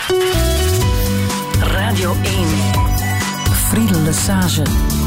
Radio 1. Friedel Lesage.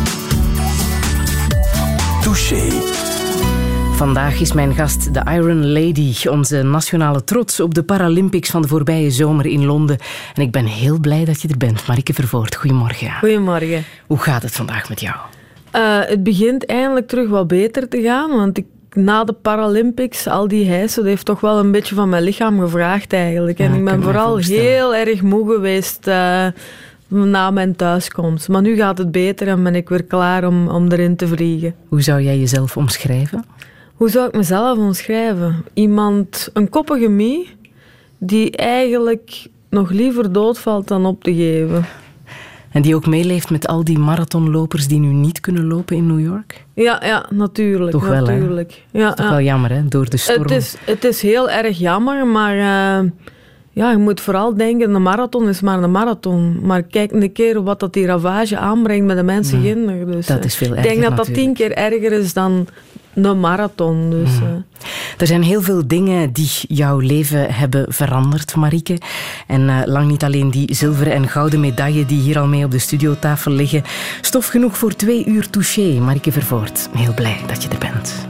Touché. Vandaag is mijn gast de Iron Lady, onze nationale trots op de Paralympics van de voorbije zomer in Londen. En ik ben heel blij dat je er bent. Marieke Vervoort, goedemorgen. Goedemorgen. Hoe gaat het vandaag met jou? Het begint eindelijk terug wat beter te gaan, want na de Paralympics, al die hijsen, dat heeft toch wel een beetje van mijn lichaam gevraagd eigenlijk. En ik ben vooral heel erg moe geweest na mijn thuiskomst. Maar nu gaat het beter en ben ik weer klaar om erin te vliegen. Hoe zou jij jezelf omschrijven? Hoe zou ik mezelf omschrijven? Een koppige mie die eigenlijk nog liever doodvalt dan op te geven. En die ook meeleeft met al die marathonlopers die nu niet kunnen lopen in New York? Ja, natuurlijk. Toch wel, natuurlijk. Ja, dat is toch wel jammer, hè? Door de storm. Het is heel erg jammer, maar je moet vooral denken, een marathon is maar een marathon. Maar kijk een keer wat dat die ravage aanbrengt met de mensen ginder. Dus, dat is veel erger. Ik denk dat 10 keer erger is dan een marathon. Dus, Er zijn heel veel dingen die jouw leven hebben veranderd, Marieke. En lang niet alleen die zilveren en gouden medaille die hier al mee op de studiotafel liggen. Stof genoeg voor 2 uur touché. Marieke Vervoort, heel blij dat je er bent.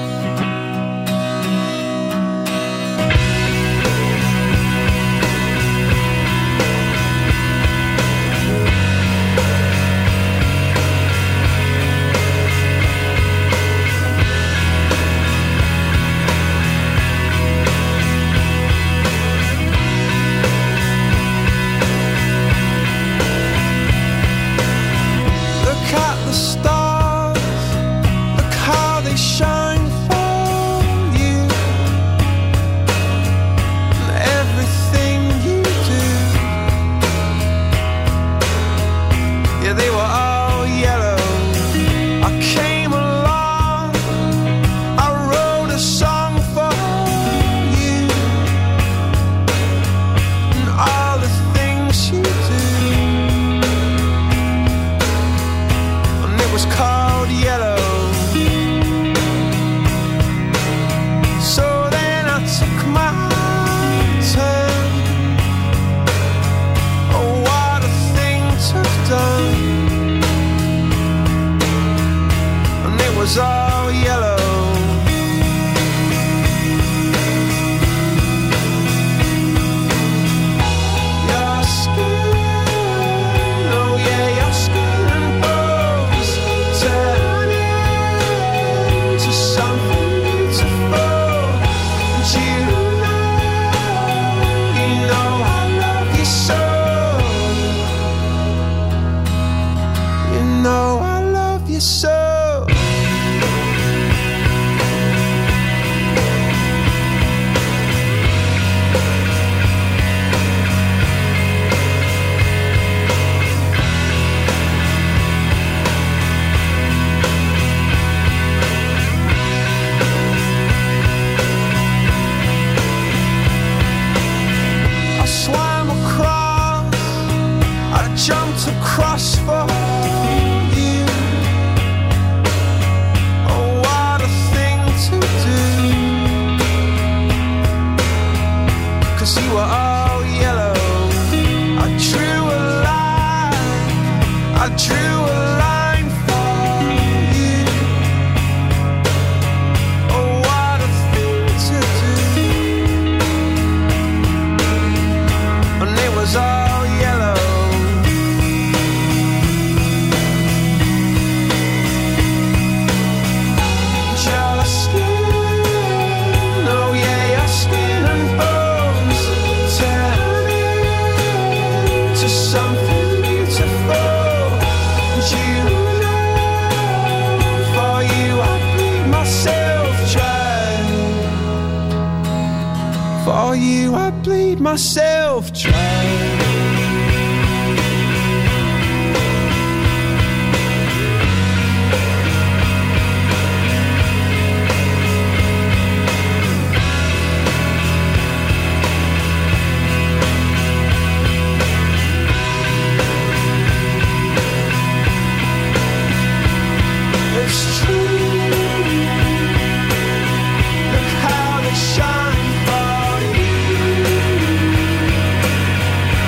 Myself trying. It's true. Look how they shine for you.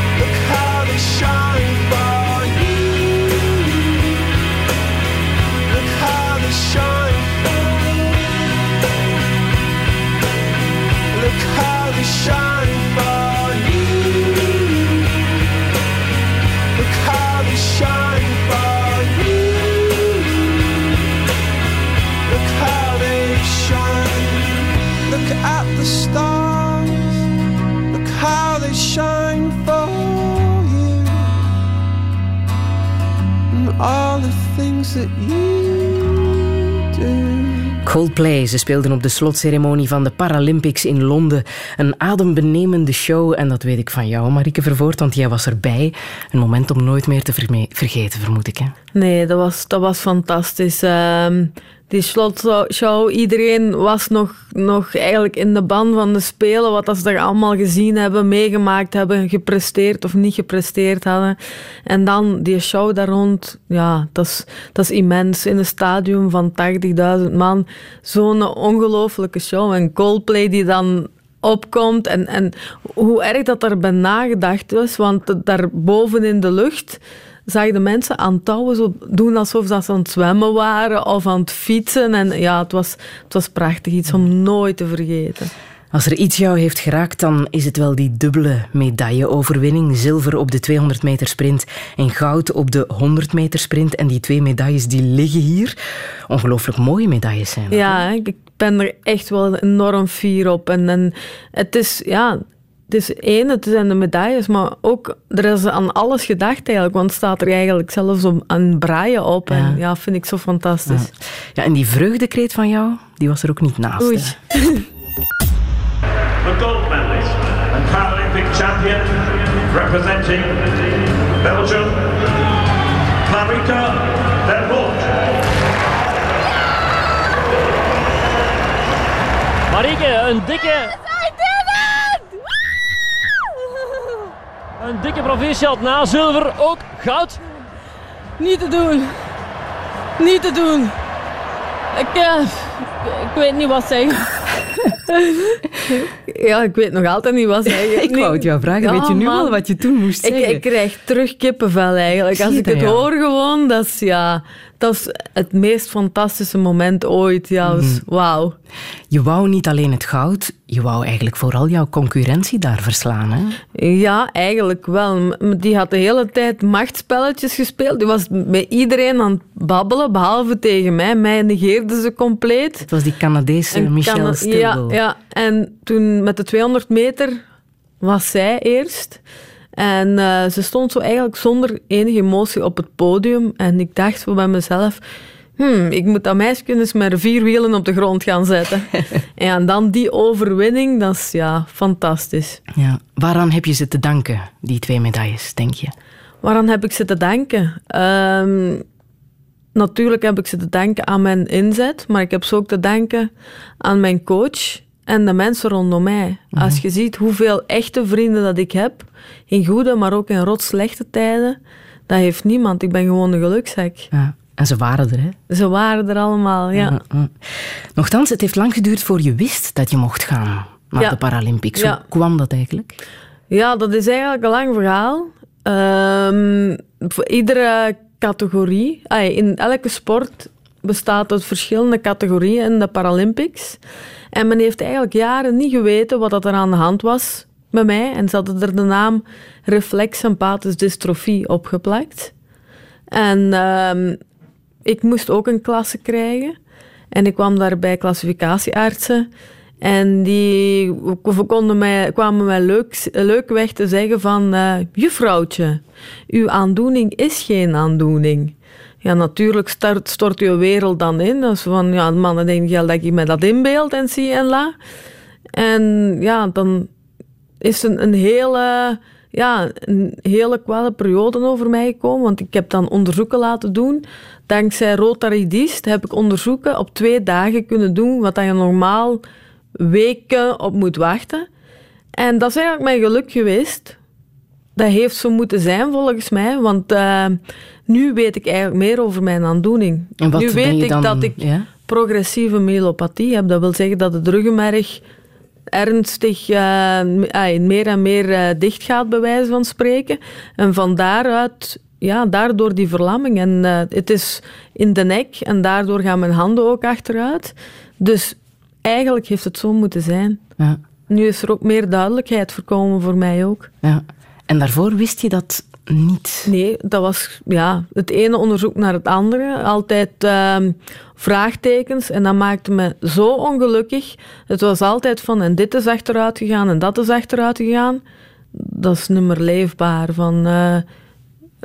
all the things that you do. Coldplay, ze speelden op de slotceremonie van de Paralympics in Londen. Een adembenemende show en dat weet ik van jou, Marieke Vervoort, want jij was erbij. Een moment om nooit meer te vergeten, vermoed ik. Hè? Nee, dat was fantastisch. Die slotshow, iedereen was nog eigenlijk in de ban van de Spelen, wat ze daar allemaal gezien hebben, meegemaakt hebben, gepresteerd of niet gepresteerd hadden. En dan die show daar rond, ja, dat is immens. In een stadion van 80.000 man, zo'n ongelooflijke show. En Coldplay die dan opkomt en hoe erg dat erbij nagedacht was, want daar boven in de lucht zag je de mensen aan touwen zo doen alsof ze aan het zwemmen waren of aan het fietsen. En ja, het was prachtig, iets om nooit te vergeten. Als er iets jou heeft geraakt, dan is het wel die dubbele medailleoverwinning. Zilver op de 200 meter sprint en goud op de 100 meter sprint. En die 2 medailles die liggen hier. Ongelooflijk mooie medailles zijn dat. Ja, ik ben er echt wel enorm fier op. En het is, ja... Het zijn de medailles, maar ook er is aan alles gedacht eigenlijk, want het staat er eigenlijk zelfs aan braaien op. Ja. En ja, vind ik zo fantastisch. Ja, en die vreugdekreet van jou, die was er ook niet naast. Oei. The gold medalist and Paralympic champion representing Belgium, Marieke Vervoort. Marieke, een dikke proficiat na zilver, ook goud. Niet te doen. Ik weet niet wat zeggen. Ja, ik weet nog altijd niet wat zeggen. Ik wou het jou vragen, ja, weet je nu al wat je toen moest zeggen? Ik krijg terug kippenvel eigenlijk. Als ik het hoor gewoon, dat is het meest fantastische moment ooit. Ja, dus, wauw. Je wou niet alleen het goud, je wou eigenlijk vooral jouw concurrentie daar verslaan, hè? Ja, eigenlijk wel. Die had de hele tijd machtsspelletjes gespeeld. Die was met iedereen aan het babbelen, behalve tegen mij. Mij negeerde ze compleet. Het was die Canadese Michelle Stilwell. Ja, en toen met de 200 meter was zij eerst. En ze stond zo eigenlijk zonder enige emotie op het podium. En ik dacht zo bij mezelf... ik moet dat meisje eens met 4 wielen op de grond gaan zetten. En dan die overwinning, dat is fantastisch. Ja. Waaraan heb je ze te danken, die 2 medailles, denk je? Waaraan heb ik ze te danken? Natuurlijk heb ik ze te danken aan mijn inzet, maar ik heb ze ook te danken aan mijn coach en de mensen rondom mij. Als je ziet hoeveel echte vrienden dat ik heb, in goede, maar ook in rotslechte tijden, dat heeft niemand. Ik ben gewoon een gelukzak. Ja. En ze waren er, hè? Ze waren er allemaal, ja. Nochtans, het heeft lang geduurd voor je wist dat je mocht gaan naar de Paralympics. Hoe kwam dat eigenlijk? Ja, dat is eigenlijk een lang verhaal. Voor iedere categorie, in elke sport bestaat uit verschillende categorieën in de Paralympics. En men heeft eigenlijk jaren niet geweten wat er aan de hand was bij mij. En ze hadden er de naam reflex sympathische dystrofie opgeplakt. En ik moest ook een klasse krijgen. En ik kwam daar bij klassificatieartsen. En die kwamen mij leuk weg te zeggen van... juffrouwtje, uw aandoening is geen aandoening. Ja, natuurlijk stort je wereld dan in. Dus van, ja, mannen denken dat ik me dat inbeeld en zie en la. En ja, dan is een hele kwade periode over mij gekomen. Want ik heb dan onderzoeken laten doen. Dankzij Rotaridist heb ik onderzoeken op 2 dagen kunnen doen... wat je normaal weken op moet wachten. En dat is eigenlijk mijn geluk geweest. Dat heeft zo moeten zijn, volgens mij. Want nu weet ik eigenlijk meer over mijn aandoening. En wat nu weet ik dan, dat ik progressieve myelopathie heb. Dat wil zeggen dat het ruggenmerg ernstig meer en meer dicht gaat, bij wijze van spreken. En van daaruit... Ja, daardoor die verlamming. En het is in de nek en daardoor gaan mijn handen ook achteruit. Dus eigenlijk heeft het zo moeten zijn. Ja. Nu is er ook meer duidelijkheid voorkomen voor mij ook. Ja. En daarvoor wist je dat niet? Nee, dat was het ene onderzoek naar het andere. Altijd vraagtekens en dat maakte me zo ongelukkig. Het was altijd van en dit is achteruit gegaan en dat is achteruit gegaan. Dat is niet meer leefbaar.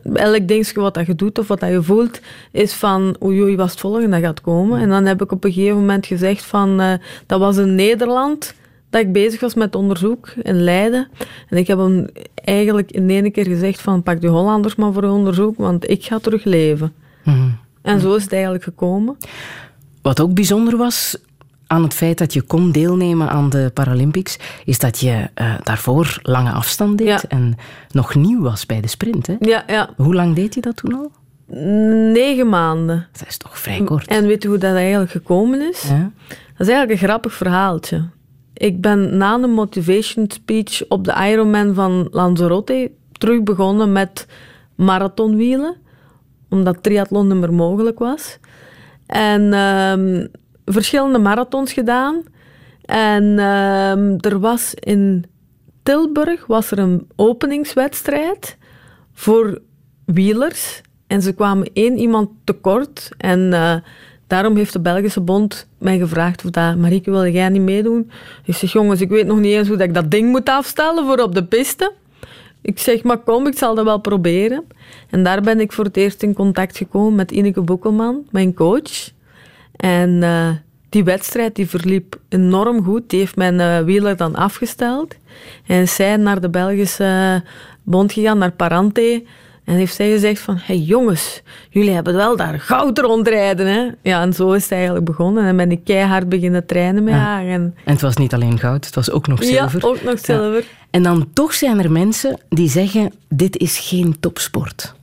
elk dingetje wat dat je doet of wat dat je voelt, is van oei, wat is het volgende dat gaat komen? En dan heb ik op een gegeven moment gezegd van, dat was in Nederland, dat ik bezig was met onderzoek in Leiden. En ik heb hem eigenlijk in één keer gezegd van, pak de Hollanders maar voor onderzoek, want ik ga terug leven. Mm-hmm. En zo is het eigenlijk gekomen. Wat ook bijzonder was aan het feit dat je kon deelnemen aan de Paralympics, is dat je daarvoor lange afstand deed en nog nieuw was bij de sprint. Hè? Ja. Hoe lang deed je dat toen al? 9 maanden. Dat is toch vrij kort. En weet je hoe dat eigenlijk gekomen is? Ja. Dat is eigenlijk een grappig verhaaltje. Ik ben na een motivation speech op de Ironman van Lanzarote terug begonnen met marathonwielen, omdat triathlon niet meer mogelijk was. En verschillende marathons gedaan. En er was in Tilburg een openingswedstrijd voor wielers. En ze kwamen 1 iemand tekort. En daarom heeft de Belgische Bond mij gevraagd of dat, Marieke, wil jij niet meedoen? Ik zeg, jongens, ik weet nog niet eens hoe dat ik dat ding moet afstellen voor op de piste. Ik zeg, maar kom, ik zal dat wel proberen. En daar ben ik voor het eerst in contact gekomen met Ineke Boekelman, mijn coach. En die wedstrijd die verliep enorm goed. Die heeft mijn wieler dan afgesteld. En is zij naar de Belgische Bond gegaan, naar Parante. En heeft zij gezegd van, hey jongens, jullie hebben wel daar goud rondrijden. Hè? Ja, en zo is het eigenlijk begonnen. En ben ik keihard beginnen trainen met haar. En het was niet alleen goud, het was ook nog zilver. Ja, ook nog zilver. Ja. En dan toch zijn er mensen die zeggen, dit is geen topsport.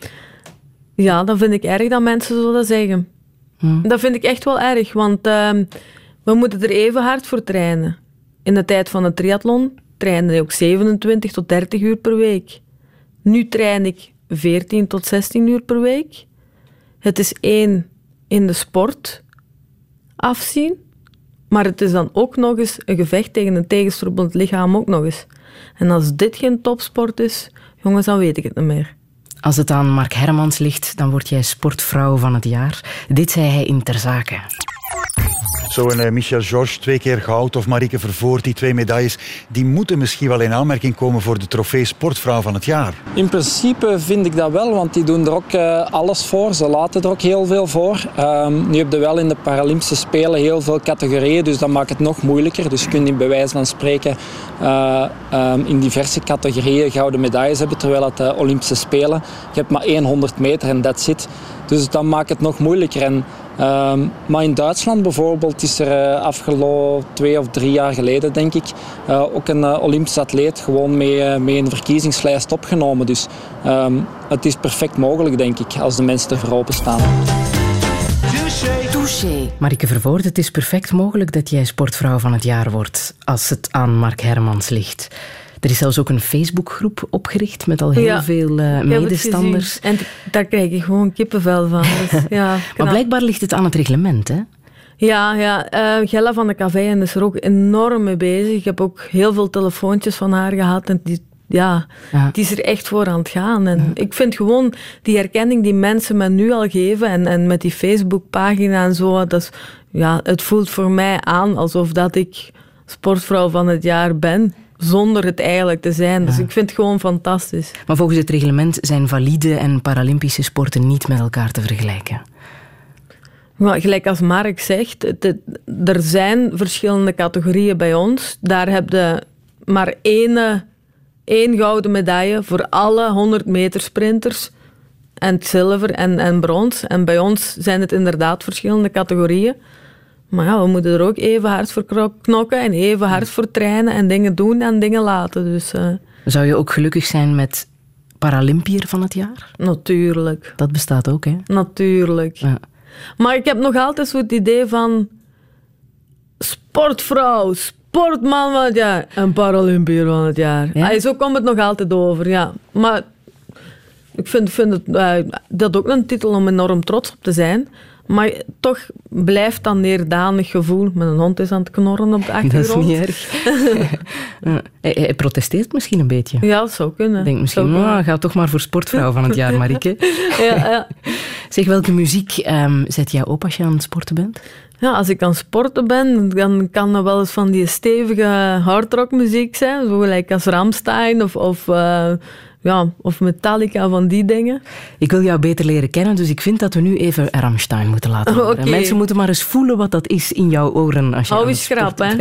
Ja, dat vind ik erg dat mensen zo dat zeggen. Dat vind ik echt wel erg, want we moeten er even hard voor trainen. In de tijd van het triathlon trainde ik ook 27 tot 30 uur per week. Nu train ik 14 tot 16 uur per week. Het is 1 in de sport afzien, maar het is dan ook nog eens een gevecht tegen een tegenstribbelend lichaam ook nog eens. En als dit geen topsport is, jongens, dan weet ik het niet meer. Als het aan Mark Hermans ligt, dan word jij sportvrouw van het jaar. Dit zei hij in Ter Zake. Zo een Michel Georges, 2 keer goud, of Marieke Vervoort, die 2 medailles, die moeten misschien wel in aanmerking komen voor de trofee sportvrouw van het jaar. In principe vind ik dat wel, want die doen er ook alles voor. Ze laten er ook heel veel voor. Nu heb je wel in de Paralympische Spelen heel veel categorieën, dus dat maakt het nog moeilijker. Dus je kunt in bewijs van spreken in diverse categorieën gouden medailles hebben, terwijl het de Olympische Spelen, je hebt maar 100 meter en that's it. Dus dat maakt het nog moeilijker. En, maar in Duitsland bijvoorbeeld is er afgelopen 2 of 3 jaar geleden, denk ik, ook een Olympisch atleet gewoon mee in de verkiezingslijst opgenomen. Dus het is perfect mogelijk, denk ik, als de mensen ervoor openstaan. Touché. Marieke Vervoort, het is perfect mogelijk dat jij sportvrouw van het jaar wordt als het aan Mark Hermans ligt. Er is zelfs ook een Facebookgroep opgericht met al heel veel medestanders. En daar krijg ik gewoon kippenvel van. Dus, maar blijkbaar ligt het aan het reglement, hè? Ja. Gella van de Café is er ook enorm mee bezig. Ik heb ook heel veel telefoontjes van haar gehad. En die is er echt voor aan het gaan. En ik vind gewoon die herkenning die mensen me nu al geven en met die Facebookpagina en zo, dat is, het voelt voor mij aan alsof dat ik sportvrouw van het jaar ben. Zonder het eigenlijk te zijn. Dus ik vind het gewoon fantastisch. Maar volgens het reglement zijn valide en Paralympische sporten niet met elkaar te vergelijken. Maar gelijk als Mark zegt, er zijn verschillende categorieën bij ons. Daar heb je maar één gouden medaille voor alle 100 meter sprinters. En zilver en brons. En bij ons zijn het inderdaad verschillende categorieën. Maar we moeten er ook even hard voor knokken en even hard voor trainen en dingen doen en dingen laten. Dus, zou je ook gelukkig zijn met Paralympiër van het jaar? Natuurlijk. Dat bestaat ook, hè? Natuurlijk. Ja. Maar ik heb nog altijd zo het idee van sportvrouw, sportman van het jaar en Paralympiër van het jaar. Ja? Zo komt het nog altijd over, ja. Maar ik vind dat ook een titel om enorm trots op te zijn. Maar toch blijft dat neerdanig gevoel. Met een hond is aan het knorren op de achtergrond. Dat is niet erg. Hij protesteert misschien een beetje. Ja, dat zou kunnen. Ik denk misschien, ga toch maar voor sportvrouw van het jaar, Marieke. Ja. Zeg, welke muziek zet jij op als je aan het sporten bent? Ja, als ik aan het sporten ben, dan kan dat wel eens van die stevige hardrockmuziek zijn. Zo gelijk als Rammstein of Metallica, van die dingen. Ik wil jou beter leren kennen, dus ik vind dat we nu even Rammstein moeten laten horen. Okay. Mensen moeten maar eens voelen wat dat is in jouw oren. Als je hou je schrap, hè.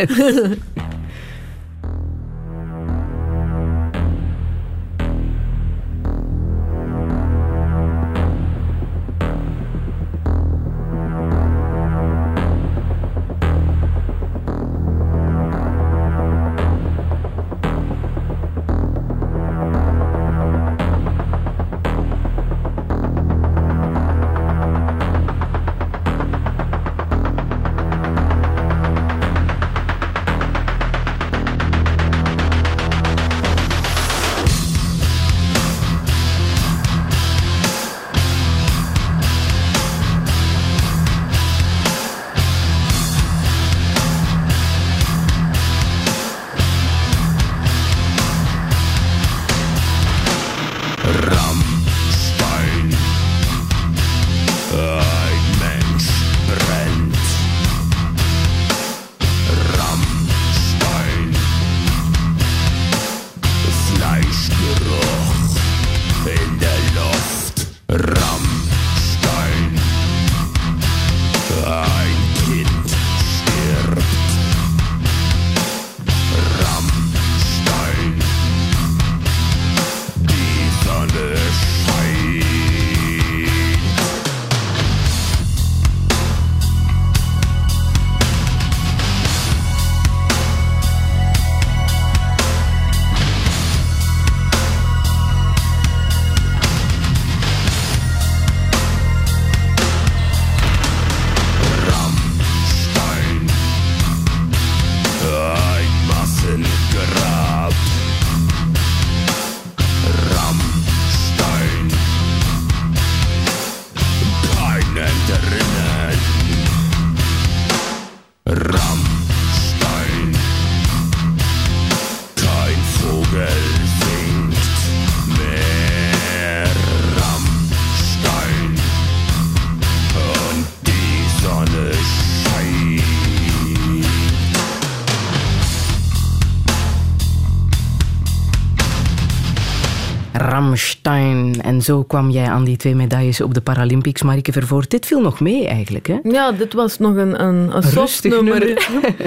Rammstein. En zo kwam jij aan die 2 medailles op de Paralympics, Marieke Vervoort. Dit viel nog mee eigenlijk, hè? Ja, dit was nog een soft nummer.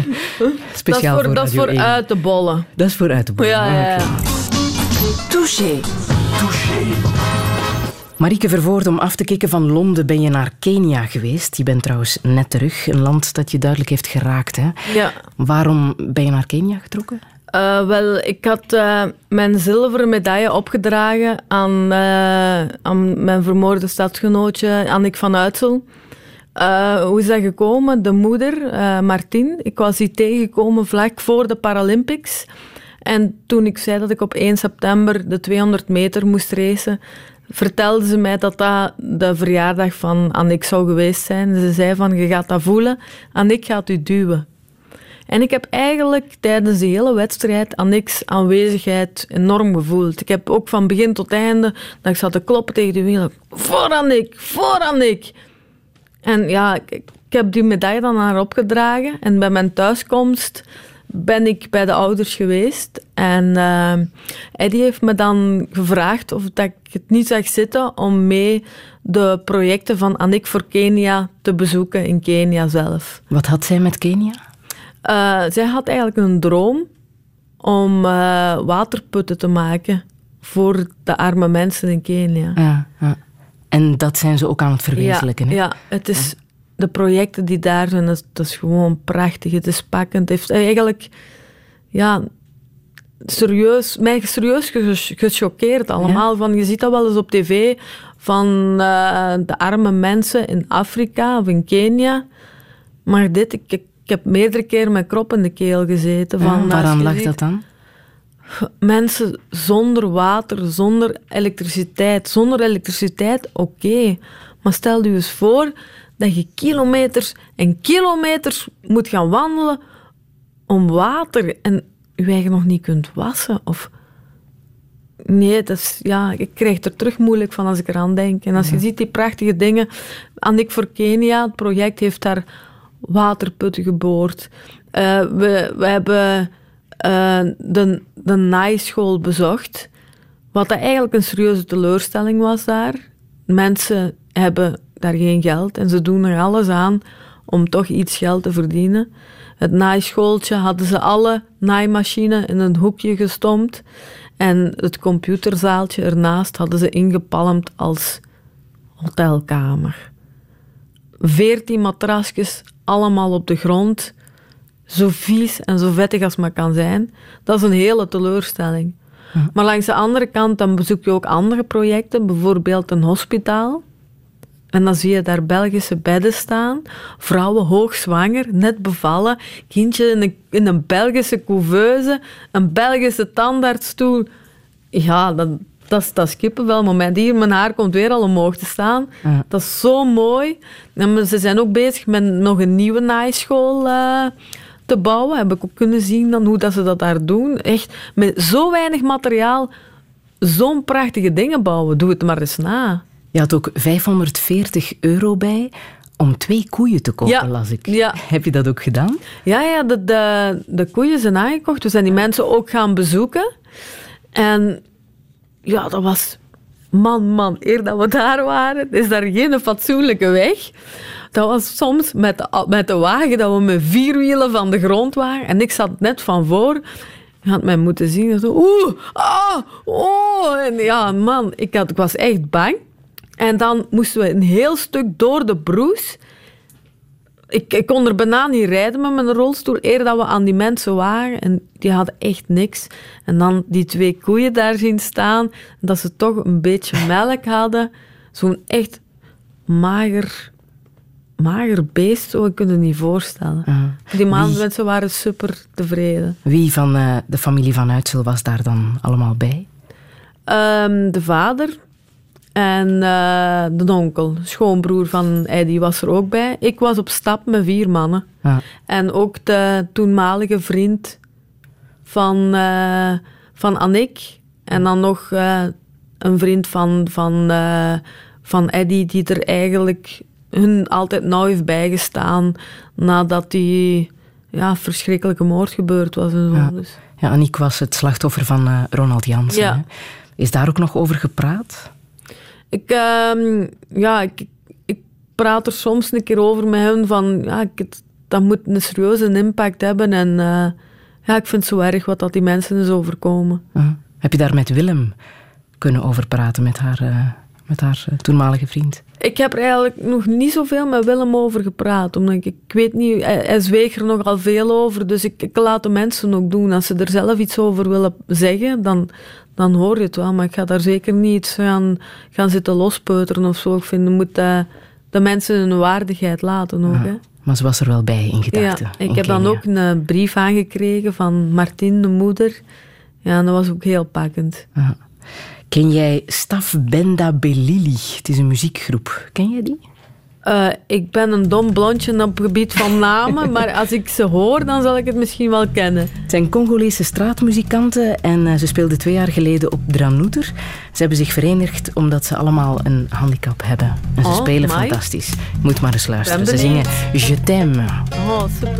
Speciaal dat is voor uit te bollen. Dat is voor uit te bollen. Ja. Touché. Marieke Vervoort, om af te kicken van Londen ben je naar Kenia geweest. Je bent trouwens net terug. Een land dat je duidelijk heeft geraakt, hè? Ja. Waarom ben je naar Kenia getrokken? Wel, ik had mijn zilveren medaille opgedragen aan mijn vermoorde stadgenootje Annick van Uitsel. Hoe is dat gekomen? De moeder, Martien, ik was die tegengekomen vlak voor de Paralympics. En toen ik zei dat ik op 1 september de 200 meter moest racen, vertelde ze mij dat dat de verjaardag van Annick zou geweest zijn. Ze zei van, je gaat dat voelen, Annick gaat u duwen. En ik heb eigenlijk tijdens de hele wedstrijd Annick's aanwezigheid enorm gevoeld. Ik heb ook van begin tot einde dat ik zat te kloppen tegen de wielen. Voor Annick! En ja, ik heb die medaille dan aan haar opgedragen. En bij mijn thuiskomst ben ik bij de ouders geweest. En Eddie heeft me dan gevraagd of dat ik het niet zag zitten om mee de projecten van Annick voor Kenia te bezoeken in Kenia zelf. Wat had zij met Kenia? Zij had eigenlijk een droom om waterputten te maken voor de arme mensen in Kenia. Ja. En dat zijn ze ook aan het verwezenlijken, hè? Ja, het is de projecten die daar zijn, dat is gewoon prachtig. Het is pakkend. Het heeft eigenlijk mij serieus gechoqueerd allemaal. Ja. Van, je ziet dat wel eens op tv van de arme mensen in Afrika of in Kenia. Maar dit, ik heb meerdere keren met krop in de keel gezeten. Van, waaraan lag dat dan? Mensen zonder water, zonder elektriciteit. Zonder elektriciteit, oké. Maar stel je eens voor dat je kilometers en kilometers moet gaan wandelen om water en je eigen nog niet kunt wassen. Of... Nee, dat is, ik krijg er terug moeilijk van als ik eraan denk. En als je ziet die prachtige dingen... Annick voor Kenia, het project heeft daar waterputten geboord. We hebben de naaischool bezocht, wat eigenlijk een serieuze teleurstelling was daar. Mensen hebben daar geen geld en ze doen er alles aan om toch iets geld te verdienen. Het naaischooltje hadden ze alle naaimachines in een hoekje gestompt en het computerzaaltje ernaast hadden ze ingepalmd als hotelkamer. 14 matrasjes, allemaal op de grond. Zo vies en zo vettig als maar kan zijn. Dat is een hele teleurstelling. Maar langs de andere kant, dan bezoek je ook andere projecten. Bijvoorbeeld een hospitaal. En dan zie je daar Belgische bedden staan. Vrouwen hoogzwanger, net bevallen. Kindje in een Belgische couveuse. Een Belgische tandartsstoel. Ja, dat is kippenvel moment. Hier, mijn haar komt weer al omhoog te staan. Ja. Dat is zo mooi. En ze zijn ook bezig met nog een nieuwe naaischool te bouwen. Heb ik ook kunnen zien dan hoe dat ze dat daar doen. Echt, met zo weinig materiaal zo'n prachtige dingen bouwen. Doe het maar eens na. Je had ook €540 bij om 2 koeien te kopen, las ik. Ja. Heb je dat ook gedaan? Ja, de koeien zijn aangekocht. We zijn die mensen ook gaan bezoeken. En ja, dat was... Man, eer dat we daar waren, is daar geen fatsoenlijke weg. Dat was soms met de wagen dat we met 4 wielen van de grond waren. En ik zat net van voor. Je had mij moeten zien. Zo, En ja, man, ik was echt bang. En dan moesten we een heel stuk door de broes. Ik kon er bijna niet rijden met mijn rolstoel, eer dat we aan die mensen waren. En die hadden echt niks. En dan die 2 koeien daar zien staan. Dat ze toch een beetje melk hadden. Zo'n echt mager beest, zo, ik kan het niet voorstellen. Die mensen waren super tevreden. Wie van de familie Van Uytsel was daar dan allemaal bij? De vader en de onkel, schoonbroer van Eddy, was er ook bij. Ik was op stap met 4 mannen. Ja. En ook de toenmalige vriend van Annick. En dan nog een vriend van Eddy, die er eigenlijk hun altijd nauw heeft bijgestaan nadat die verschrikkelijke moord gebeurd was. En zo. Ja. Dus. Ja, Annick was het slachtoffer van Ronald Jansen. Ja. Is daar ook nog over gepraat? Ik praat er soms een keer over met hen van... dat moet een serieuze impact hebben. En ik vind het zo erg wat dat die mensen is overkomen. Heb je daar met Willem kunnen over praten, met haar toenmalige vriend? Ik heb er eigenlijk nog niet zoveel met Willem over gepraat. Omdat ik weet niet... Hij zweeg er nogal veel over. Dus ik laat de mensen ook doen. Als ze er zelf iets over willen zeggen, dan hoor je het wel. Maar ik ga daar zeker niet gaan zitten lospeuteren of zo. Ik vind, je moet de mensen hun waardigheid laten ook. Hè. Maar ze was er wel bij in gedachten. Ja, ik heb dan ook een brief aangekregen van Martien, de moeder. Ja, en dat was ook heel pakkend. Aha. Ken jij Staf Benda Belili? Het is een muziekgroep. Ken jij die? Ik ben een dom blondje op het gebied van namen, maar als ik ze hoor, dan zal ik het misschien wel kennen. Het zijn Congolese straatmuzikanten en ze speelden 2 jaar geleden op Dranouter. Ze hebben zich verenigd omdat ze allemaal een handicap hebben. En ze spelen fantastisch. Je moet maar eens luisteren. Ze zingen Je t'aime. Oh, super.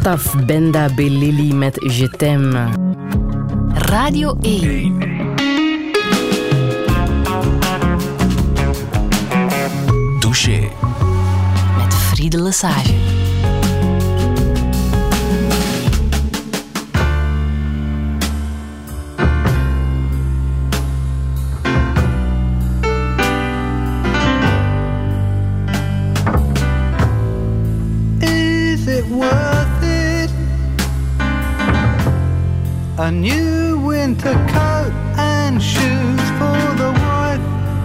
Mostaf Benda Belili met Je t'aime. Radio 1. Touché. Met Friede Lesage. Worth it? A new winter coat and shoes for the wife,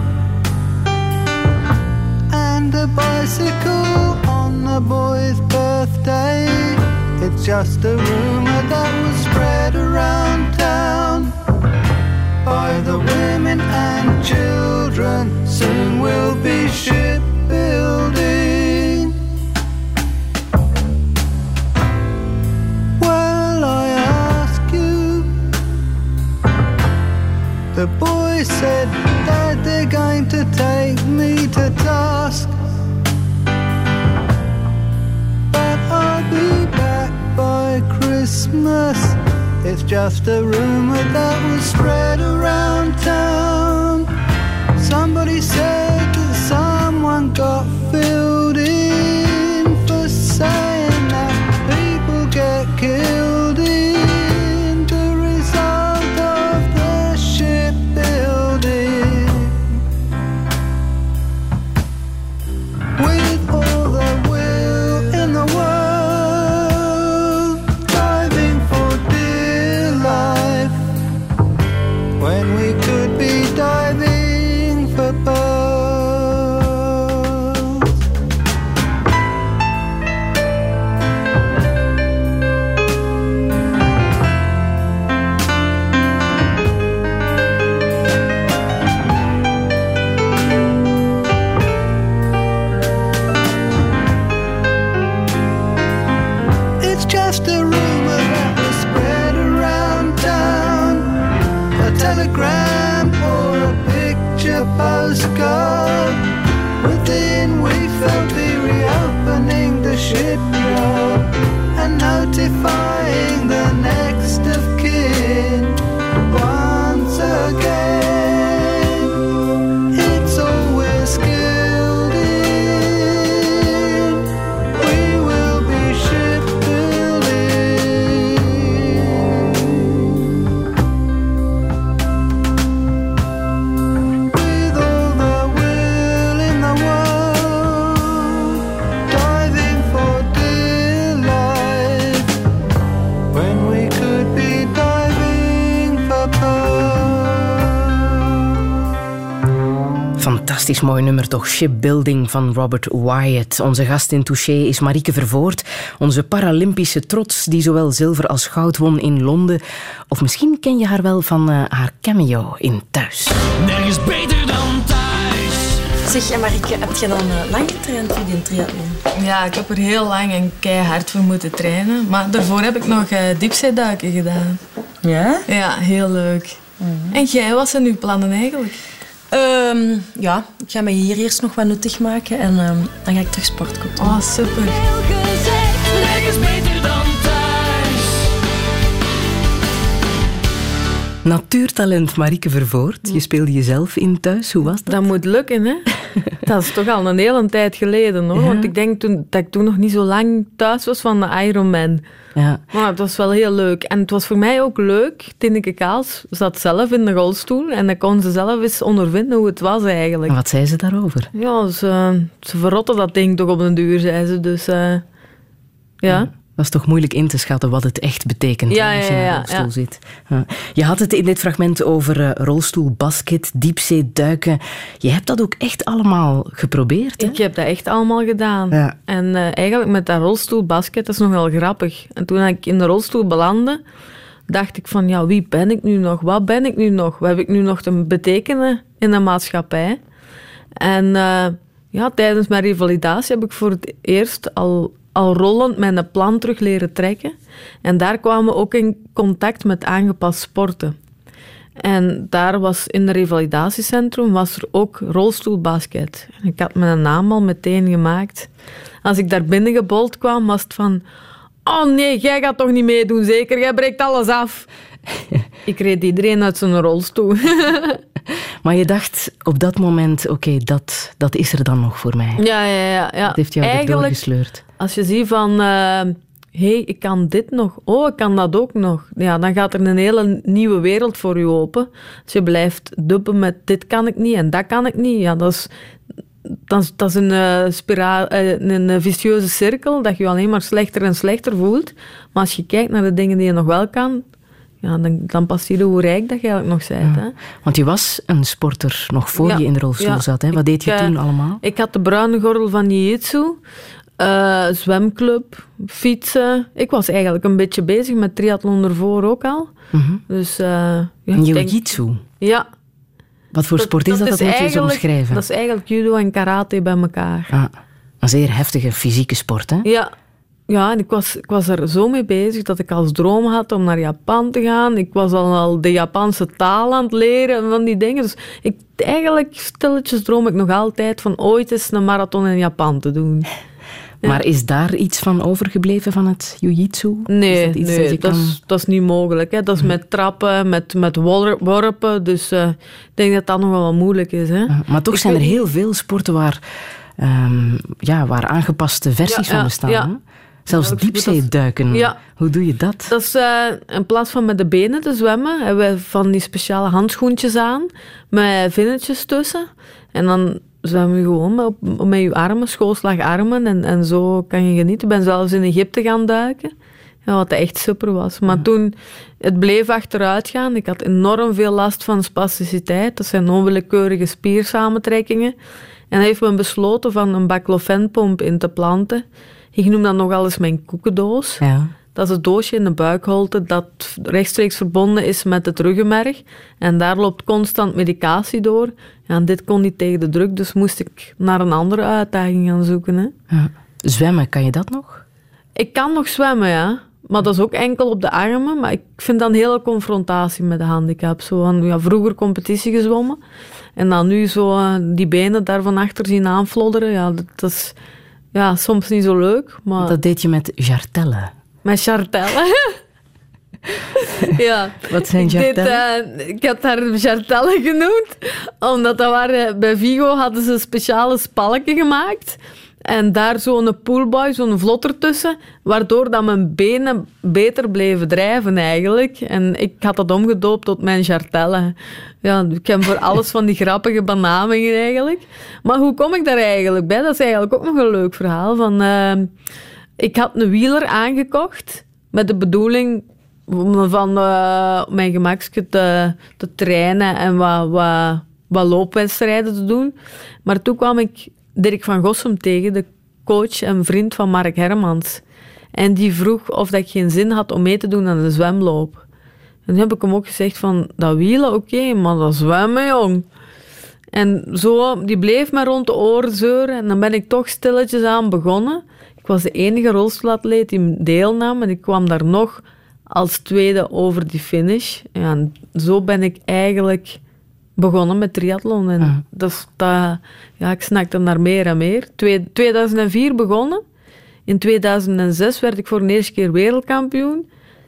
and a bicycle on the boy's birthday. It's just a rumor that was spread around town by the women and children. Soon we'll be shipbuilding. The boy said that they're going to take me to task, but I'll be back by Christmas. It's just a rumor that was spread around town. Somebody said that someone got filled in for saying that people get killed in the result of the shipbuilding. With all the will in the world, diving for dear life, when we could be diving for pearls. It's just a rumor that was spread around town, a telegram or a picture postcard. Within we felt the reopening the shipyard and notifying the next of kin. Once again, it's always skilled in. We will be shipbuilding. With all the will in the world, diving for dear life, when we could be diving for pearls. Fantastisch mooi nummer toch, Shipbuilding van Robert Wyatt. Onze gast in Touché is Marieke Vervoort, onze Paralympische trots die zowel zilver als goud won in Londen. Of misschien ken je haar wel van haar cameo in Thuis. Nergens beter dan thuis. Zeg, en Marieke, heb je dan lang getraind voor die triathlon? Ja, ik heb er heel lang en keihard voor moeten trainen. Maar daarvoor heb ik nog diepzeeduiken gedaan. Ja? Ja, heel leuk. En jij, wat zijn uw plannen eigenlijk? Ja, ik ga me hier eerst nog wat nuttig maken en dan ga ik terug sportkoop doen. Oh, super. Nergens beter dan thuis. Natuurtalent Marieke Vervoort. Je speelde jezelf in Thuis. Hoe was dat? Dat moet lukken, hè? Dat is toch al een hele tijd geleden, hoor. Ja. Want ik denk dat ik toen nog niet zo lang thuis was van de Ironman. Ja. Maar het was wel heel leuk. En het was voor mij ook leuk. Tineke Kaals zat zelf in de rolstoel en dan kon ze zelf eens ondervinden hoe het was eigenlijk. En wat zei ze daarover? Ja, ze verrotte dat ding toch op een duur, zei ze. Dus ja. Dat is toch moeilijk in te schatten wat het echt betekent Ja, als je in een ja, rolstoel ja. zit. Ja. Je had het in dit fragment over rolstoelbasket, diepzeeduiken. Je hebt dat ook echt allemaal geprobeerd, hè? Ik heb dat echt allemaal gedaan. Ja. En eigenlijk met dat rolstoelbasket, dat is nog wel grappig. En toen ik in de rolstoel belandde, dacht ik van, ja, wie ben ik nu nog? Wat ben ik nu nog? Wat heb ik nu nog te betekenen in de maatschappij? En ja, tijdens mijn revalidatie heb ik voor het eerst al rollend mijn plan terug leren trekken. En daar kwamen we ook in contact met aangepast sporten. En daar was in het revalidatiecentrum was er ook rolstoelbasket. Ik had mijn naam al meteen gemaakt. Als ik daar binnengebold kwam, was het van... Oh nee, jij gaat toch niet meedoen, zeker? Jij breekt alles af. Ik reed iedereen uit zijn rolstoel. Maar je dacht op dat moment, oké, dat is er dan nog voor mij. Ja. Dat heeft jou erdoor gesleurd. Als je ziet van... hey, ik kan dit nog. Oh, ik kan dat ook nog. Ja, dan gaat er een hele nieuwe wereld voor je open. Als je blijft duppen met dit kan ik niet en dat kan ik niet. Ja, dat is een spiraal, een vicieuze cirkel, dat je je alleen maar slechter en slechter voelt. Maar als je kijkt naar de dingen die je nog wel kan, ja, dan pas je hoe rijk dat je eigenlijk nog bent. Ja. Hè. Want je was een sporter nog voor je in de rolstoel zat. Hè? Wat deed je toen allemaal? Ik had de bruine gordel van jiu-jitsu. Zwemclub, fietsen. Ik was eigenlijk een beetje bezig met triathlon ervoor ook al. Mm-hmm. Dus, jiu-jitsu? Ja. Wat voor sport is dat? Dat moet je eens omschrijven. Dat is eigenlijk judo en karate bij elkaar. Ah, een zeer heftige fysieke sport, hè? Ja, en ik was er zo mee bezig dat ik als droom had om naar Japan te gaan. Ik was al de Japanse taal aan het leren en van die dingen. Dus eigenlijk stilletjes droom ik nog altijd van ooit eens een marathon in Japan te doen. Ja. Maar is daar iets van overgebleven van het jiu-jitsu? Nee, dat is niet mogelijk. Hè. Dat is met trappen, met worpen. Dus ik denk dat dat nog wel wat moeilijk is. Hè. Maar toch zijn er heel veel sporten waar aangepaste versies van bestaan. Hè? Zelfs diepzeeduiken. Ja. Hoe doe je dat? Dat is in plaats van met de benen te zwemmen, hebben we van die speciale handschoentjes aan, met vinnetjes tussen. En dan zwem je gewoon met je armen, schoolslagarmen. En zo kan je genieten. Ik ben zelfs in Egypte gaan duiken. Ja, wat echt super was. Maar toen, het bleef achteruit gaan. Ik had enorm veel last van spasticiteit. Dat zijn onwillekeurige spiersamentrekkingen. En hij heeft me besloten van een baclofen-pomp in te planten. Ik noem dat nog wel eens mijn koekendoos. Ja. Dat is het doosje in de buikholte dat rechtstreeks verbonden is met het ruggenmerg. En daar loopt constant medicatie door. Ja, en dit kon niet tegen de druk, dus moest ik naar een andere uitdaging gaan zoeken. Hè. Ja. Zwemmen, kan je dat nog? Ik kan nog zwemmen, ja. Maar dat is ook enkel op de armen. Maar ik vind dan een hele confrontatie met de handicap. Vroeger competitie gezwommen. En dan nu zo die benen daarvan achter zien aanflodderen. Ja, dat is soms niet zo leuk. Maar... Dat deed je met jartellen. Met jartellen? Ja. Wat zijn jartellen? Ik had haar jartellen genoemd, omdat dat waren, bij Vigo hadden ze speciale spalken gemaakt. En daar zo'n poolboy, zo'n vlot ertussen, waardoor dat mijn benen beter bleven drijven eigenlijk. En ik had dat omgedoopt tot mijn jartellen. Ja, ik heb voor alles van die grappige benamingen eigenlijk. Maar hoe kom ik daar eigenlijk bij? Dat is eigenlijk ook nog een leuk verhaal. Ik had een wieler aangekocht met de bedoeling van mijn gemakje te trainen en wat loopwedstrijden te doen. Maar toen kwam ik Dirk van Gossem tegen, de coach en vriend van Mark Hermans. En die vroeg of dat ik geen zin had om mee te doen aan de zwemloop. En toen heb ik hem ook gezegd van, dat wielen, oké, maar dat zwemmen, jong. En zo, die bleef me rond de oren zeuren. En dan ben ik toch stilletjes aan begonnen. Ik was de enige rolstoelatleet die deelnam. En ik kwam daar nog als tweede over die finish. Ja, en zo ben ik eigenlijk begonnen met triathlon. En ik snakte naar meer en meer. 2004 begonnen. In 2006 werd ik voor de eerste keer wereldkampioen.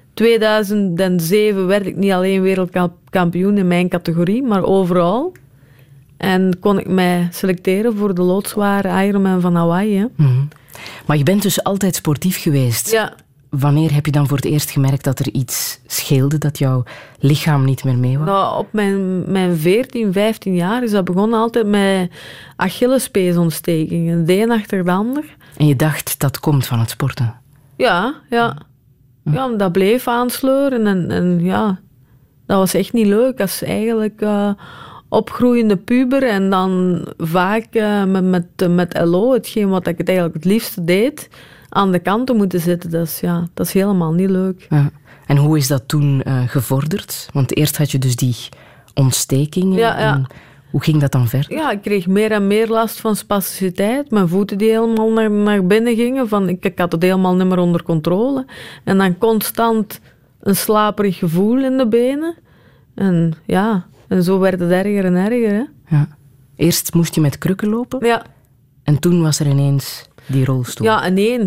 2007 werd ik niet alleen wereldkampioen in mijn categorie, maar overal. En kon ik mij selecteren voor de loodzware Ironman van Hawaii. Hè. Mm-hmm. Maar je bent dus altijd sportief geweest. Ja. Wanneer heb je dan voor het eerst gemerkt dat er iets scheelde, dat jouw lichaam niet meer mee was? Nou, op mijn 14, 15 jaar is dat begonnen altijd met Achillespeesontsteking. De een achter de ander. En je dacht, dat komt van het sporten? Ja. Ja, dat bleef aansleuren. En dat was echt niet leuk. Als eigenlijk opgroeiende puber en dan vaak met LO, hetgeen wat ik het eigenlijk het liefste deed, aan de kant te moeten zitten. Dat is helemaal niet leuk. Ja. En hoe is dat toen gevorderd? Want eerst had je dus die ontstekingen. Ja. En hoe ging dat dan verder? Ja, ik kreeg meer en meer last van spasticiteit. Mijn voeten die helemaal naar binnen gingen. Ik had het helemaal niet meer onder controle. En dan constant een slaperig gevoel in de benen. En zo werd het erger en erger. Hè? Ja. Eerst moest je met krukken lopen. Ja. En toen was er ineens die rolstoel. Ja, ineens.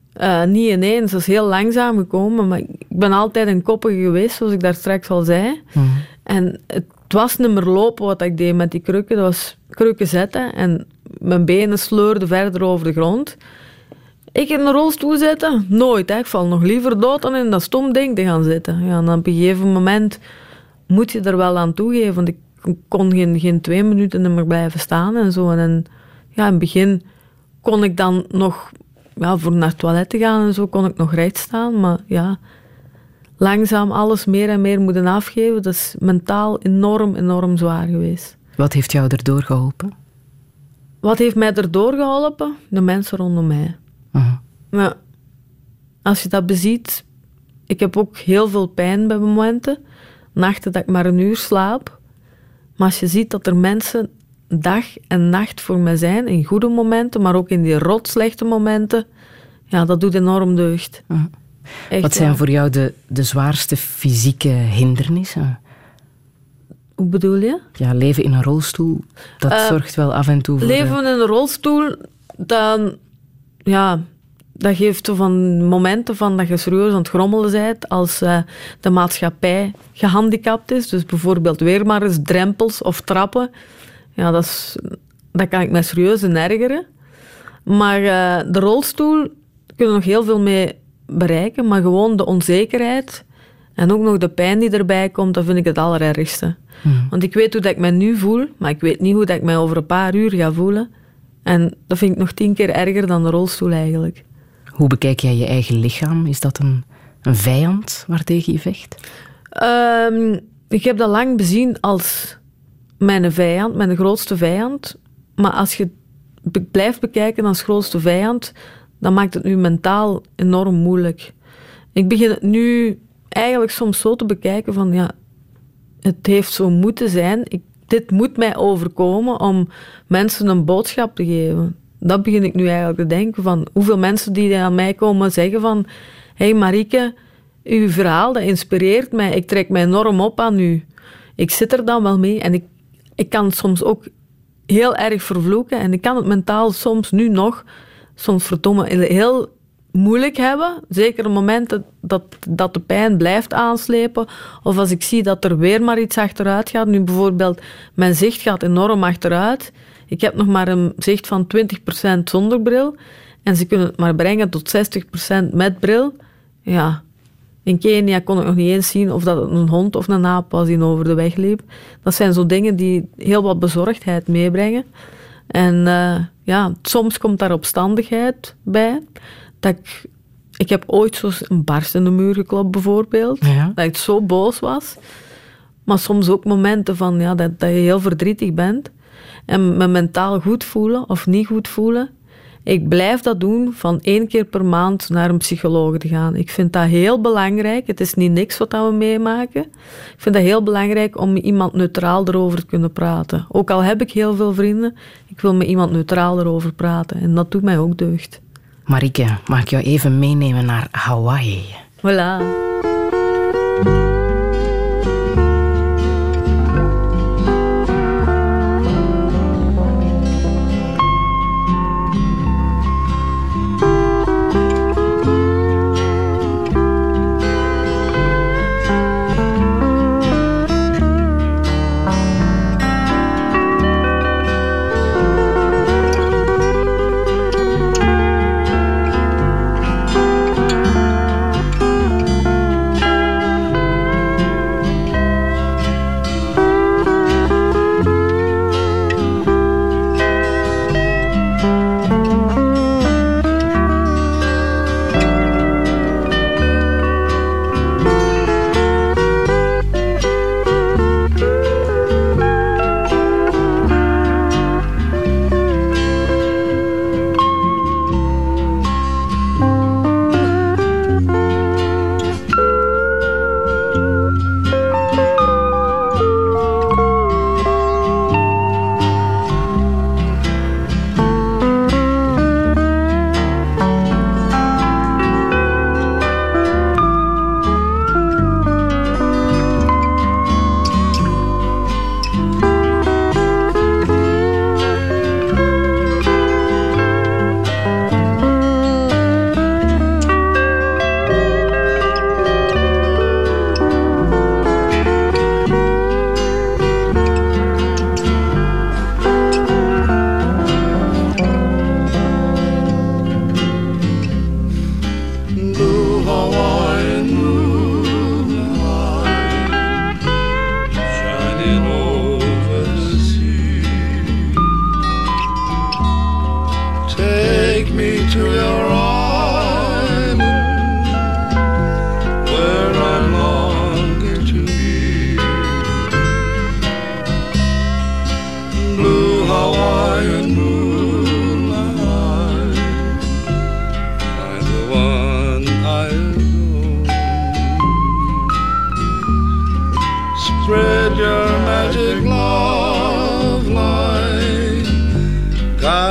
Niet ineens, dat is heel langzaam gekomen. Maar ik ben altijd een koppige geweest, zoals ik daar straks al zei. En het was niet meer lopen wat ik deed met die krukken. Dat was krukken zetten en mijn benen sleurden verder over de grond. Ik in een rolstoel zitten? Nooit. Hè. Ik val nog liever dood dan in dat stom ding te gaan zitten. Ja, en op een gegeven moment moet je er wel aan toegeven. Want ik kon geen 2 minuten meer blijven staan en zo. En ja, in het begin kon ik dan nog... Ja, voor naar het toilet te gaan en zo kon ik nog recht staan. Maar ja, langzaam alles meer en meer moeten afgeven. Dat is mentaal enorm zwaar geweest. Wat heeft jou erdoor geholpen? Wat heeft mij erdoor geholpen? De mensen rondom mij. Maar als je dat beziet... Ik heb ook heel veel pijn bij momenten. Nachten dat ik maar 1 uur slaap. Maar als je ziet dat er mensen dag en nacht voor mij zijn, in goede momenten, maar ook in die rotslechte momenten, ja, dat doet enorm deugd. Echt, wat zijn voor jou de zwaarste fysieke hindernissen? Hoe bedoel je? Ja, leven in een rolstoel, dat zorgt wel af en toe voor... Leven in een rolstoel, dan... Ja, dat geeft zo van momenten van dat je serieus aan het grommelen bent als de maatschappij gehandicapt is. Dus bijvoorbeeld weer maar eens drempels of trappen. Ja, dat kan ik mij serieus in ergeren. Maar de rolstoel kunnen nog heel veel mee bereiken, maar gewoon de onzekerheid en ook nog de pijn die erbij komt, dat vind ik het allerergste. Want ik weet hoe dat ik mij nu voel, maar ik weet niet hoe dat ik mij over een paar uur ga voelen. En dat vind ik nog 10 keer erger dan de rolstoel eigenlijk. Hoe bekijk jij je eigen lichaam? Is dat een vijand waartegen je vecht? Ik heb dat lang bezien als mijn vijand, mijn grootste vijand. Maar als je het blijft bekijken als grootste vijand, dan maakt het nu mentaal enorm moeilijk. Ik begin het nu eigenlijk soms zo te bekijken van, ja, het heeft zo moeten zijn. Dit moet mij overkomen om mensen een boodschap te geven. Dat begin ik nu eigenlijk te denken van hoeveel mensen die aan mij komen zeggen van, hey Marieke, uw verhaal dat inspireert mij. Ik trek mij enorm op aan u. Ik zit er dan wel mee en ik kan het soms ook heel erg vervloeken en ik kan het mentaal soms nu nog, soms verdomme, heel moeilijk hebben. Zeker op momenten dat de pijn blijft aanslepen. Of als ik zie dat er weer maar iets achteruit gaat. Nu bijvoorbeeld, mijn zicht gaat enorm achteruit. Ik heb nog maar een zicht van 20% zonder bril. En ze kunnen het maar brengen tot 60% met bril. Ja, in Kenia kon ik nog niet eens zien of dat het een hond of een aap was die over de weg liep. Dat zijn zo dingen die heel wat bezorgdheid meebrengen. En ja, soms komt daar opstandigheid bij. Ik heb ooit zo een barst in de muur geklopt bijvoorbeeld. Ja. Dat ik zo boos was. Maar soms ook momenten van, ja, dat je heel verdrietig bent. En me mentaal goed voelen of niet goed voelen. Ik blijf dat doen van 1 keer per maand naar een psycholoog te gaan. Ik vind dat heel belangrijk. Het is niet niks wat we meemaken. Ik vind dat heel belangrijk om met iemand neutraal erover te kunnen praten. Ook al heb ik heel veel vrienden, ik wil met iemand neutraal erover praten. En dat doet mij ook deugd. Marieke, mag ik jou even meenemen naar Hawaii? Voilà.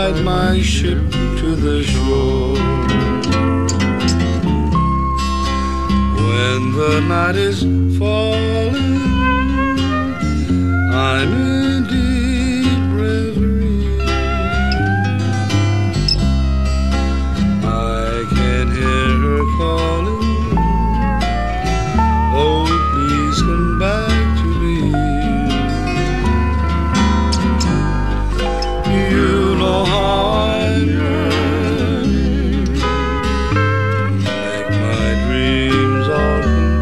ride my ship to the shore. When the night is falling, I'm in deep reverie. I can hear her calling, oh please come back to me. You know how I'm yearning, make my dreams all come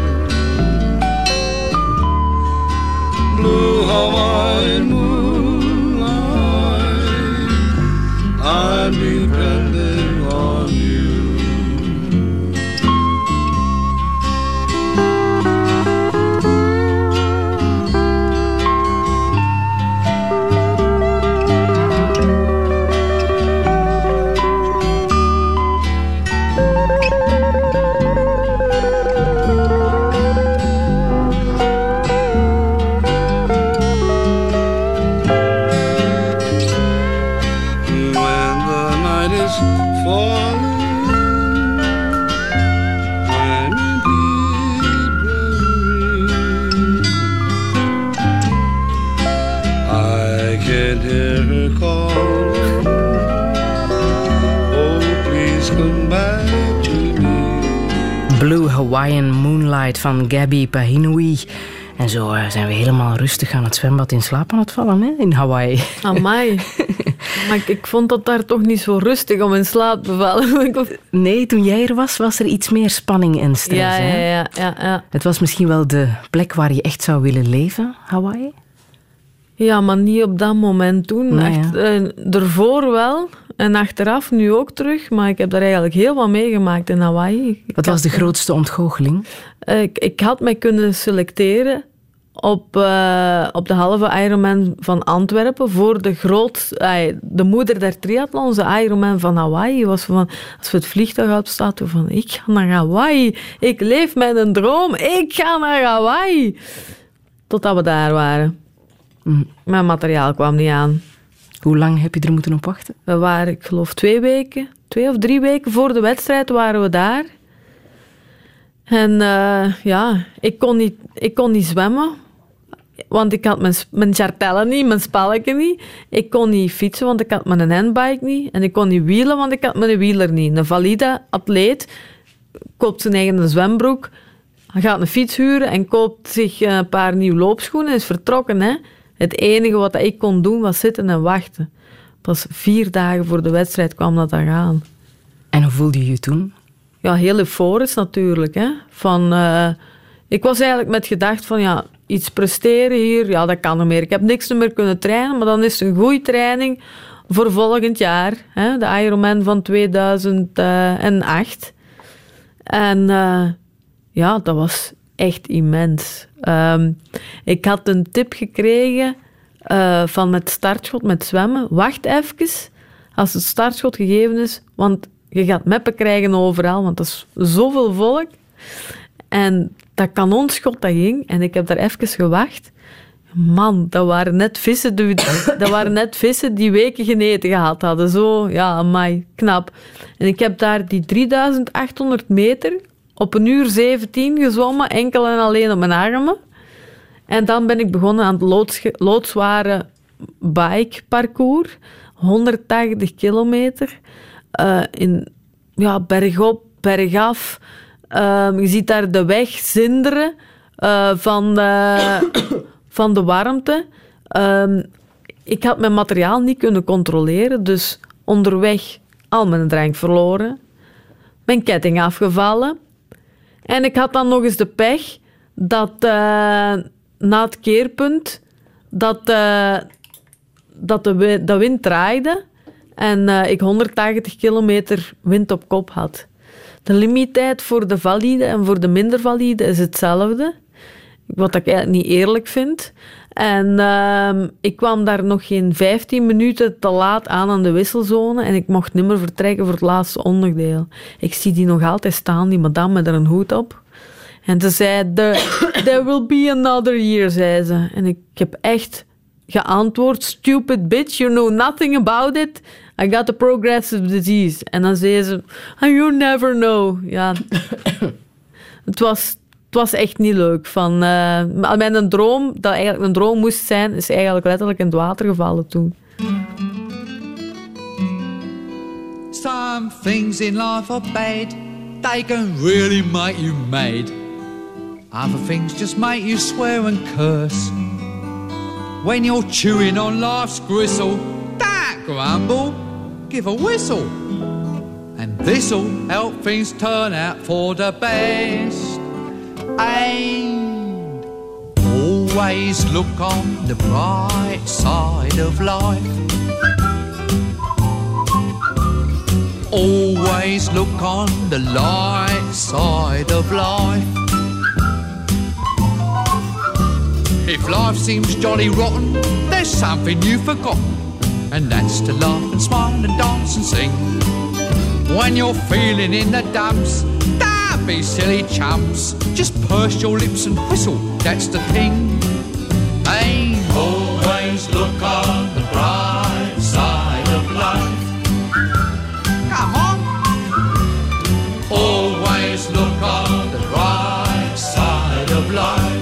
true. Blue Hawaiian moonlight, I'm depending on you. When the night is falling, I'm in deep reverie. I can hear her calling, oh please come back to me. Blue Hawaiian Moonlight van Gabby Pahinui. En zo zijn we helemaal rustig aan het zwembad in slaap aan het vallen, hè? In Hawaii. Amai. Maar ik vond dat daar toch niet zo rustig om in slaap te vallen. Nee, toen jij er was er iets meer spanning en stress. Ja, hè? ja. Het was misschien wel de plek waar je echt zou willen leven, Hawaii? Ja, maar niet op dat moment toen. Nee, echt, ervoor wel. En achteraf nu ook terug. Maar ik heb daar eigenlijk heel wat meegemaakt in Hawaii. Wat was de grootste ontgoocheling? Ik had mij kunnen selecteren op de halve Ironman van Antwerpen voor de moeder der triathlons, de Ironman van Hawaii. Was van, als we het vliegtuig uitstaten, van ik ga naar Hawaii. Ik leef met een droom. Ik ga naar Hawaii. Totdat we daar waren. Mijn materiaal kwam niet aan. Hoe lang heb je er moeten op wachten? We waren, ik geloof, 2 of 3 weken voor de wedstrijd waren we daar. En ik kon niet zwemmen. Want ik had mijn chartellen niet, mijn spalletje niet. Ik kon niet fietsen, want ik had mijn handbike niet. En ik kon niet wielen, want ik had mijn wieler niet. Een valide atleet koopt zijn eigen zwembroek, gaat een fiets huren en koopt zich een paar nieuwe loopschoenen en is vertrokken. Hè? Het enige wat ik kon doen was zitten en wachten. Pas 4 dagen voor de wedstrijd kwam dat aan. En hoe voelde je je toen? Ja, heel euforisch natuurlijk. Hè? Ik was eigenlijk met gedacht van ja, iets presteren hier, ja, dat kan nog meer. Ik heb niks meer kunnen trainen, maar dan is het een goede training voor volgend jaar. Hè? De Ironman van 2008. En dat was echt immens. Ik had een tip gekregen van met startschot, met zwemmen. Wacht even als het startschot gegeven is, want je gaat meppen krijgen overal, want dat is zoveel volk. En dat kanonschot dat ging, en ik heb daar even gewacht. Man, dat waren net vissen die weken geneten gehad hadden. Zo, ja, amai, knap. En ik heb daar die 3800 meter op 1 uur 17 gezwommen, enkel en alleen op mijn armen. En dan ben ik begonnen aan het loodzware bikeparcours. 180 kilometer. Bergop, bergaf. Je ziet daar de weg zinderen van de warmte. Ik had mijn materiaal niet kunnen controleren, dus onderweg al mijn drank verloren. Mijn ketting afgevallen. En ik had dan nog eens de pech dat na het keerpunt dat de wind draaide en ik 180 kilometer wind op kop had. De limiettijd voor de valide en voor de minder valide is hetzelfde. Wat ik eigenlijk niet eerlijk vind. En ik kwam daar nog geen 15 minuten te laat aan de wisselzone en ik mocht niet meer vertrekken voor het laatste onderdeel. Ik zie die nog altijd staan, die madame met er een hoed op. En ze zei, there will be another year, zei ze. En ik heb echt geantwoord, stupid bitch, you know nothing about it. I got a progressive disease. En dan zei ze, you never know. Ja, het was echt niet leuk. Mijn droom, dat eigenlijk een droom moest zijn, is eigenlijk letterlijk in het water gevallen toen. Some things in life are bad. They can really make you mad. Other things just make you swear and curse. When you're chewing on life's gristle, don't grumble, give a whistle. And this'll help things turn out for the best. And always look on the bright side of life. Always look on the light side of life. If life seems jolly rotten, there's something you've forgotten, and that's to laugh and smile and dance and sing. When you're feeling in the dumps, don't be silly chumps. Just purse your lips and whistle, that's the thing. Hey, always look on the bright side of life. Come on. Always look on the bright side of life.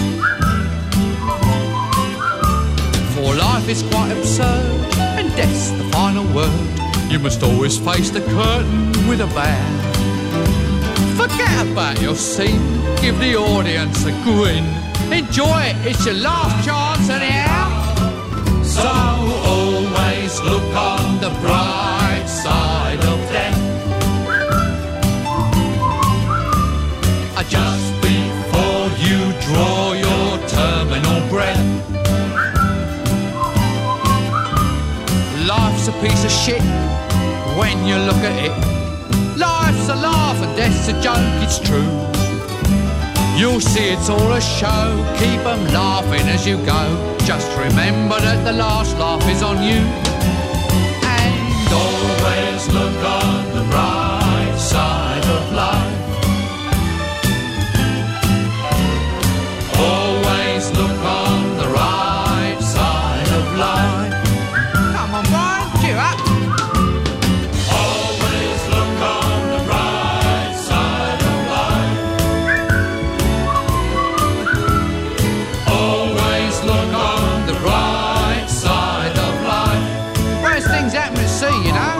For life is quite absurd, and death's the final word. You must always face the curtain with a bow. Forget about your scene, give the audience a grin. Enjoy it, it's your last chance anyhow. So always look on the bright side of death. Just before you draw your terminal breath. Life's a piece of shit when you look at it. Life's a laugh and death's a joke, it's true. You'll see it's all a show, keep them laughing as you go. Just remember that the last laugh is on you. And always look on the bright side of life. Always look on the right side of life. Come on, Brian, cheer up. Always look on the right side of life. Always look on the right side of life. Worst things happen at sea, you know.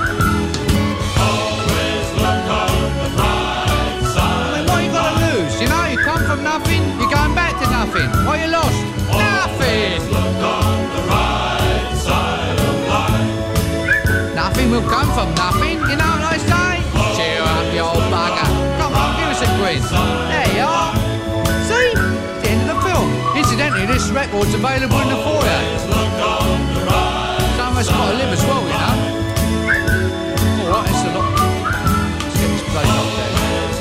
Always look on the right side. I mean, what you got to lose? You know, you come from nothing, you're going back to nothing. What you lost? Nothing. Look on the right side of life. Nothing will come from nothing, you know what I say? Cheer up, you old bugger. Come on, give us a grin. There you are. See? It's the end of the film. Incidentally, this record's available in the foyer. Some of us got to live as well, you know. Alright, it's a lot. Let's get this place up there.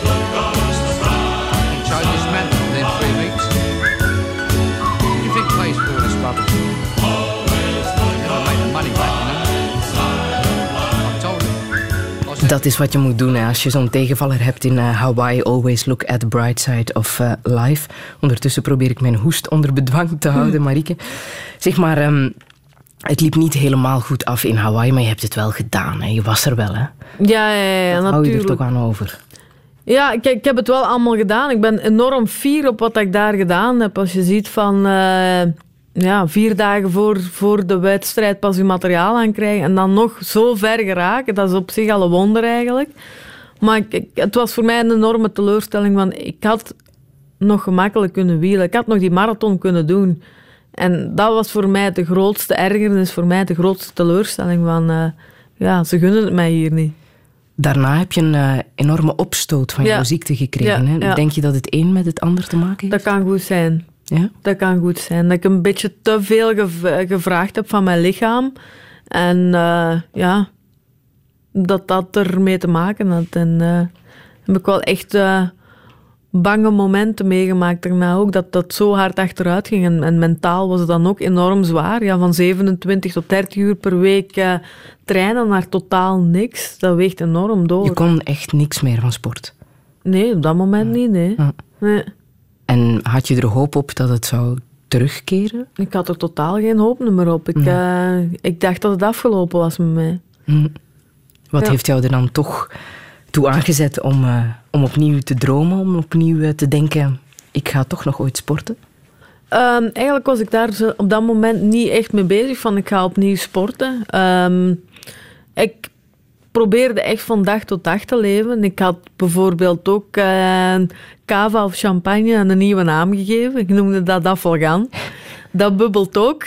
Change this man within 3 weeks. What do you think pays for all this rubbish? Never make the money back, you know. I've told him. Dat is wat je moet doen hè, als je zo'n tegenvaller hebt in Hawaii. Always look at the bright side of life. Ondertussen probeer ik mijn hoest onder bedwang te houden, Marieke. Zeg maar, het liep niet helemaal goed af in Hawaii, maar je hebt het wel gedaan. Hè? Je was er wel, hè? Ja, natuurlijk. Hou je er toch aan over? Ja, ik heb het wel allemaal gedaan. Ik ben enorm fier op wat ik daar gedaan heb. Als je ziet van 4 dagen voor de wedstrijd pas je materiaal aankrijgen en dan nog zo ver geraken, dat is op zich al een wonder eigenlijk. Maar het was voor mij een enorme teleurstelling, want ik had nog gemakkelijk kunnen wielen. Ik had nog die marathon kunnen doen. En dat was voor mij de grootste ergernis, voor mij de grootste teleurstelling van ze gunnen het mij hier niet. Daarna heb je een enorme opstoot van jouw ziekte gekregen. Hè? Ja. Denk je dat het een met het ander te maken heeft? Dat kan goed zijn. Ja? Dat kan goed zijn. Dat ik een beetje te veel gevraagd heb van mijn lichaam. En dat ermee te maken had. En heb ik wel echt bange momenten meegemaakt daarna ook. Dat zo hard achteruit ging. En mentaal was het dan ook enorm zwaar. Ja, van 27 tot 30 uur per week trainen naar totaal niks. Dat weegt enorm door. Je kon echt niks meer van sport? Nee, op dat moment niet, nee. Ja. Nee. En had je er hoop op dat het zou terugkeren? Ik had er totaal geen hoop meer op. Ik dacht dat het afgelopen was met mij. Wat heeft jou er dan toch toe aangezet om opnieuw te dromen, om opnieuw te denken, ik ga toch nog ooit sporten? Eigenlijk was ik daar op dat moment niet echt mee bezig van ik ga opnieuw sporten. Ik probeerde echt van dag tot dag te leven. Ik had bijvoorbeeld ook cava of champagne een nieuwe naam gegeven. Ik noemde dat afvalgaan. Dat bubbelt ook.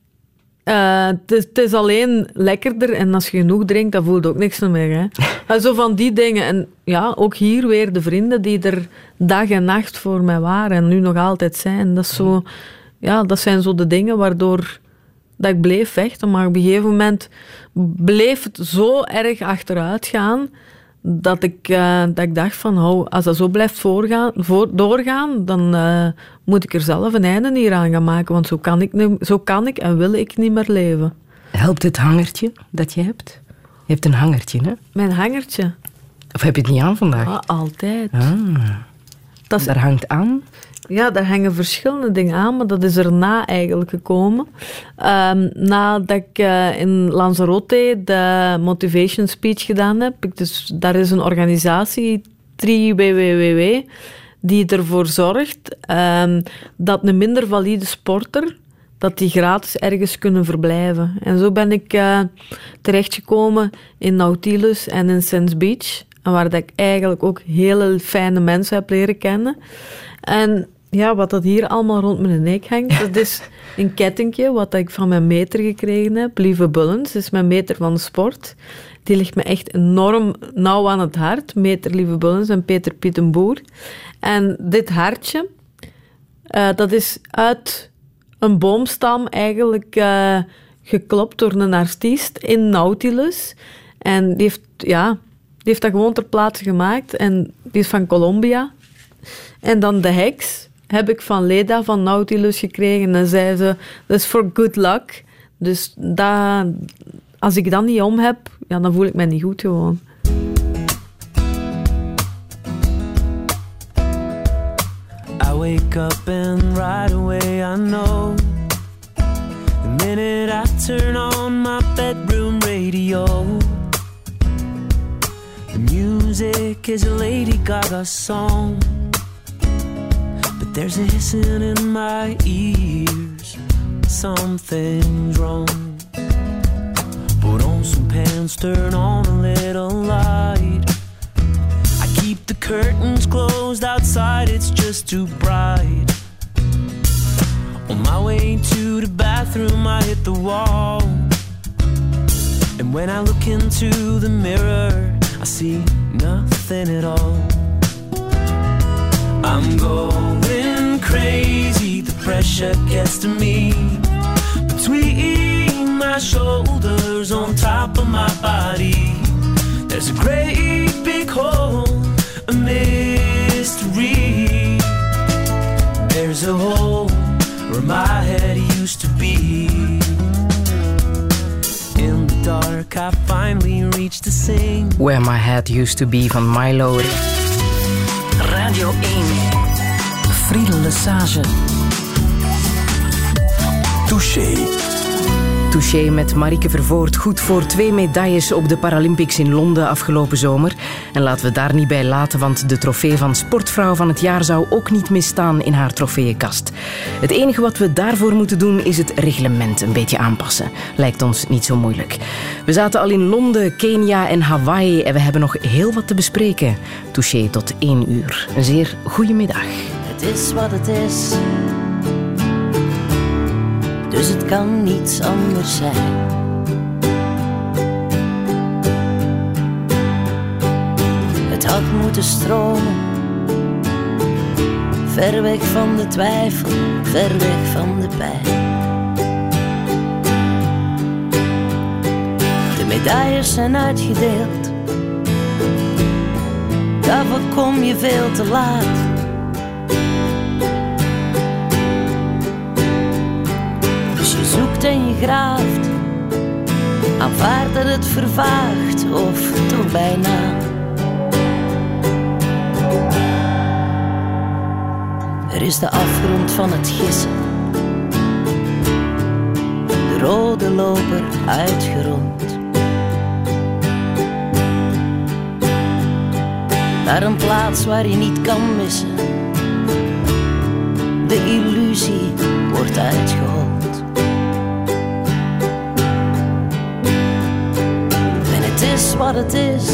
Het is alleen lekkerder en als je genoeg drinkt, dan voel je ook niks meer. Hè? Zo van die dingen. En ja, ook hier weer de vrienden die er dag en nacht voor mij waren en nu nog altijd zijn. Dat is zo, ja, dat zijn zo de dingen waardoor dat ik bleef vechten. Maar op een gegeven moment bleef het zo erg achteruit gaan dat ik dacht van, als dat zo blijft doorgaan, dan moet ik er zelf een einde hier aan gaan maken. Want zo kan ik en wil ik niet meer leven. Helpt het hangertje dat je hebt? Je hebt een hangertje, hè? Mijn hangertje? Of heb je het niet aan vandaag? Ah, altijd. Daar hangt aan? Ja, daar hangen verschillende dingen aan, maar dat is erna eigenlijk gekomen. Nadat ik in Lanzarote de motivation speech gedaan heb. Dus daar is een organisatie, TriWWW, die ervoor zorgt dat een minder valide sporter, dat die gratis ergens kunnen verblijven. En zo ben ik terechtgekomen in Nautilus en in Sands Beach, waar ik eigenlijk ook hele fijne mensen heb leren kennen. En ja, wat dat hier allemaal rond mijn nek hangt, dat is een kettingje wat ik van mijn meter gekregen heb. Lieve Bullens, dat is mijn meter van de sport. Die ligt me echt enorm nauw aan het hart. Meter Lieve Bullens en Peter Pietenboer. En dit hartje, dat is uit een boomstam eigenlijk geklopt door een artiest in Nautilus. En die heeft dat gewoon ter plaatse gemaakt. En die is van Colombia. En dan de heks heb ik van Leda van Nautilus gekregen. En zei ze, dat is for good luck. Dus als ik dat niet om heb, ja, dan voel ik mij niet goed gewoon. I wake up and right away I know the minute I turn on my bedroom radio, the music is a Lady Gaga song. There's a hissing in my ears, something's wrong. Put on some pants, turn on a little light. I keep the curtains closed outside, it's just too bright. On my way to the bathroom, I hit the wall. And when I look into the mirror, I see nothing at all. I'm going crazy, the pressure gets to me. Between my shoulders, on top of my body, there's a great big hole, a mystery. There's a hole where my head used to be. In the dark I finally reached the sing. Where My Head Used to Be van Milo. Radio 1. Friedel Lesage. Touché met Marieke Vervoort. Goed voor 2 medailles op de Paralympics in Londen afgelopen zomer. En laten we daar niet bij laten, want de trofee van Sportvrouw van het jaar zou ook niet misstaan in haar trofeeënkast. Het enige wat we daarvoor moeten doen is het reglement een beetje aanpassen. Lijkt ons niet zo moeilijk. We zaten al in Londen, Kenia en Hawaii en we hebben nog heel wat te bespreken. Touché tot 1 uur. Een zeer goede middag. Het is wat het is. Dus het kan niets anders zijn. Het had moeten stromen, ver weg van de twijfel, ver weg van de pijn. De medailles zijn uitgedeeld, daarvoor kom je veel te laat. Zoekt en je graaft, aanvaard dat het vervaagt of toch bijna. Er is de afgrond van het gissen, rode loper uitgerond. Naar een plaats waar je niet kan missen. De illusie wordt uitgehold. En het is wat het is.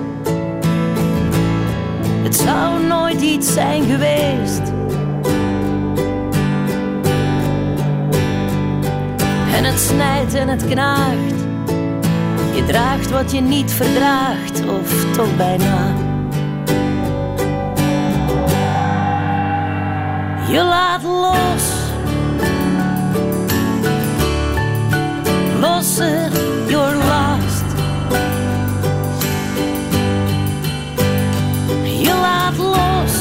Het zou nooit iets zijn geweest. En het snijdt en het knaagt. Je draagt wat je niet verdraagt, of toch bijna. Je laat los. Lossen your last. Je laat los.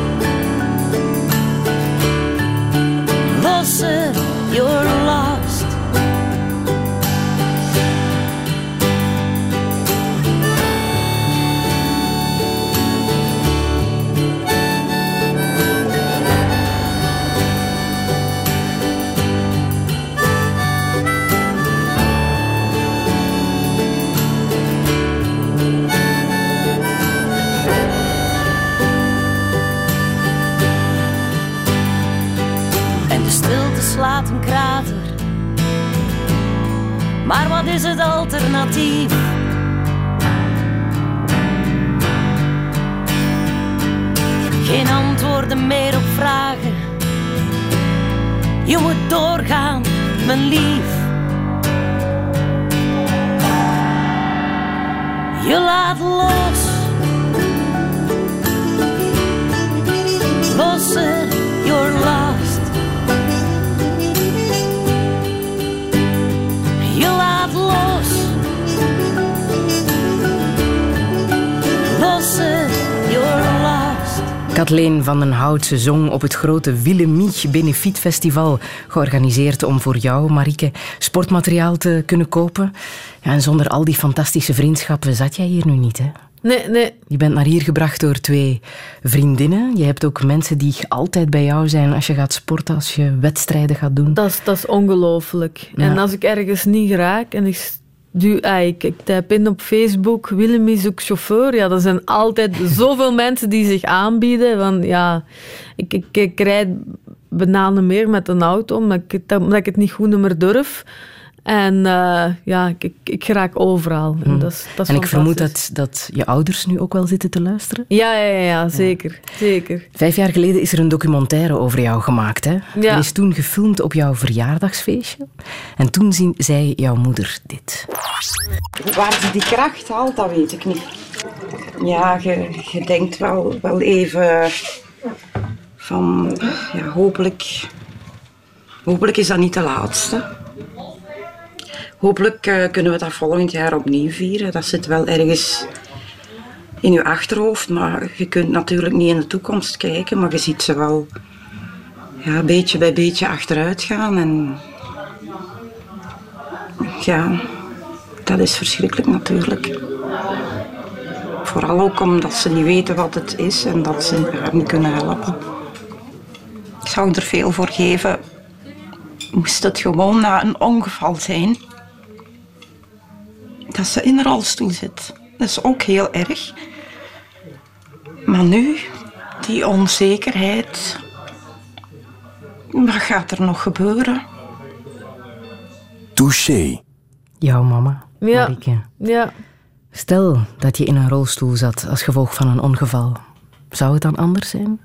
Lossen your last. Slaat een krater. Maar wat is het alternatief? Geen antwoorden meer op vragen. Je moet doorgaan, mijn lief. Je laat los. Lossen your last. Je laat los. Lossen your last. Kathleen van den Hout zong op het grote Willemiek Benefietfestival, georganiseerd om voor jou, Marieke, sportmateriaal te kunnen kopen. Ja, en zonder al die fantastische vriendschappen zat jij hier nu niet, hè? Nee. Je bent naar hier gebracht door 2 vriendinnen. Je hebt ook mensen die altijd bij jou zijn als je gaat sporten, als je wedstrijden gaat doen. Dat is ongelooflijk. Ja. En als ik ergens niet raak en ik typ in op Facebook, Willem zoekt chauffeur. Ja, er zijn altijd zoveel mensen die zich aanbieden. Want ja, ik rijd bijna meer met een auto, omdat ik het niet goed meer durf. En ik raak overal. En, dat is en ik vermoed dat je ouders nu ook wel zitten te luisteren? Ja, zeker. 5 jaar geleden is er een documentaire over jou gemaakt. Hè? Ja. Die is toen gefilmd op jouw verjaardagsfeestje. En toen zei jouw moeder dit. Waar ze die kracht haalt, dat weet ik niet. Ja, je denkt wel even van... Ja, hopelijk is dat niet de laatste. Hopelijk kunnen we dat volgend jaar opnieuw vieren. Dat zit wel ergens in je achterhoofd. Maar je kunt natuurlijk niet in de toekomst kijken. Maar je ziet ze wel beetje bij beetje achteruit gaan. En ja, dat is verschrikkelijk natuurlijk. Vooral ook omdat ze niet weten wat het is en dat ze haar niet kunnen helpen. Ik zou er veel voor geven. Moest het gewoon na een ongeval zijn... dat ze in een rolstoel zit. Dat is ook heel erg. Maar nu, die onzekerheid... Wat gaat er nog gebeuren? Touché. Jouw mama, Marieke. Ja. Stel dat je in een rolstoel zat als gevolg van een ongeval. Zou het dan anders zijn?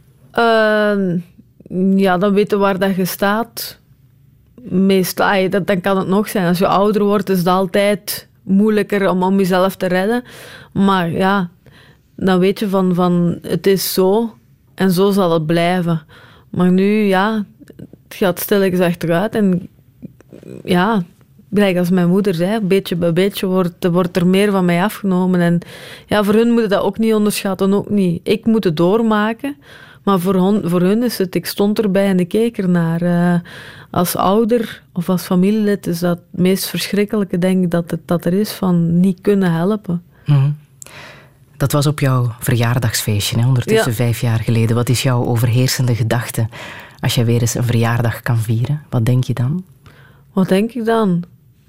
Ja, dan weten waar dat je staat. Meestal, dan kan het nog zijn. Als je ouder wordt, is het altijd moeilijker om jezelf te redden. Maar ja, dan weet je van het is zo en zo zal het blijven. Maar nu, ja, het gaat stilletjes achteruit. En ja, gelijk als mijn moeder zei, beetje bij beetje wordt er meer van mij afgenomen. En ja, voor hun moet je dat ook niet onderschatten, ook niet. Ik moet het doormaken. Maar voor hun is het, ik stond erbij en ik keek ernaar. Als ouder of als familielid is dat het meest verschrikkelijke, denk ik, dat er is, van niet kunnen helpen. Mm-hmm. Dat was op jouw verjaardagsfeestje, hè? Ondertussen 5 jaar geleden. Wat is jouw overheersende gedachte als je weer eens een verjaardag kan vieren? Wat denk je dan? Wat denk ik dan?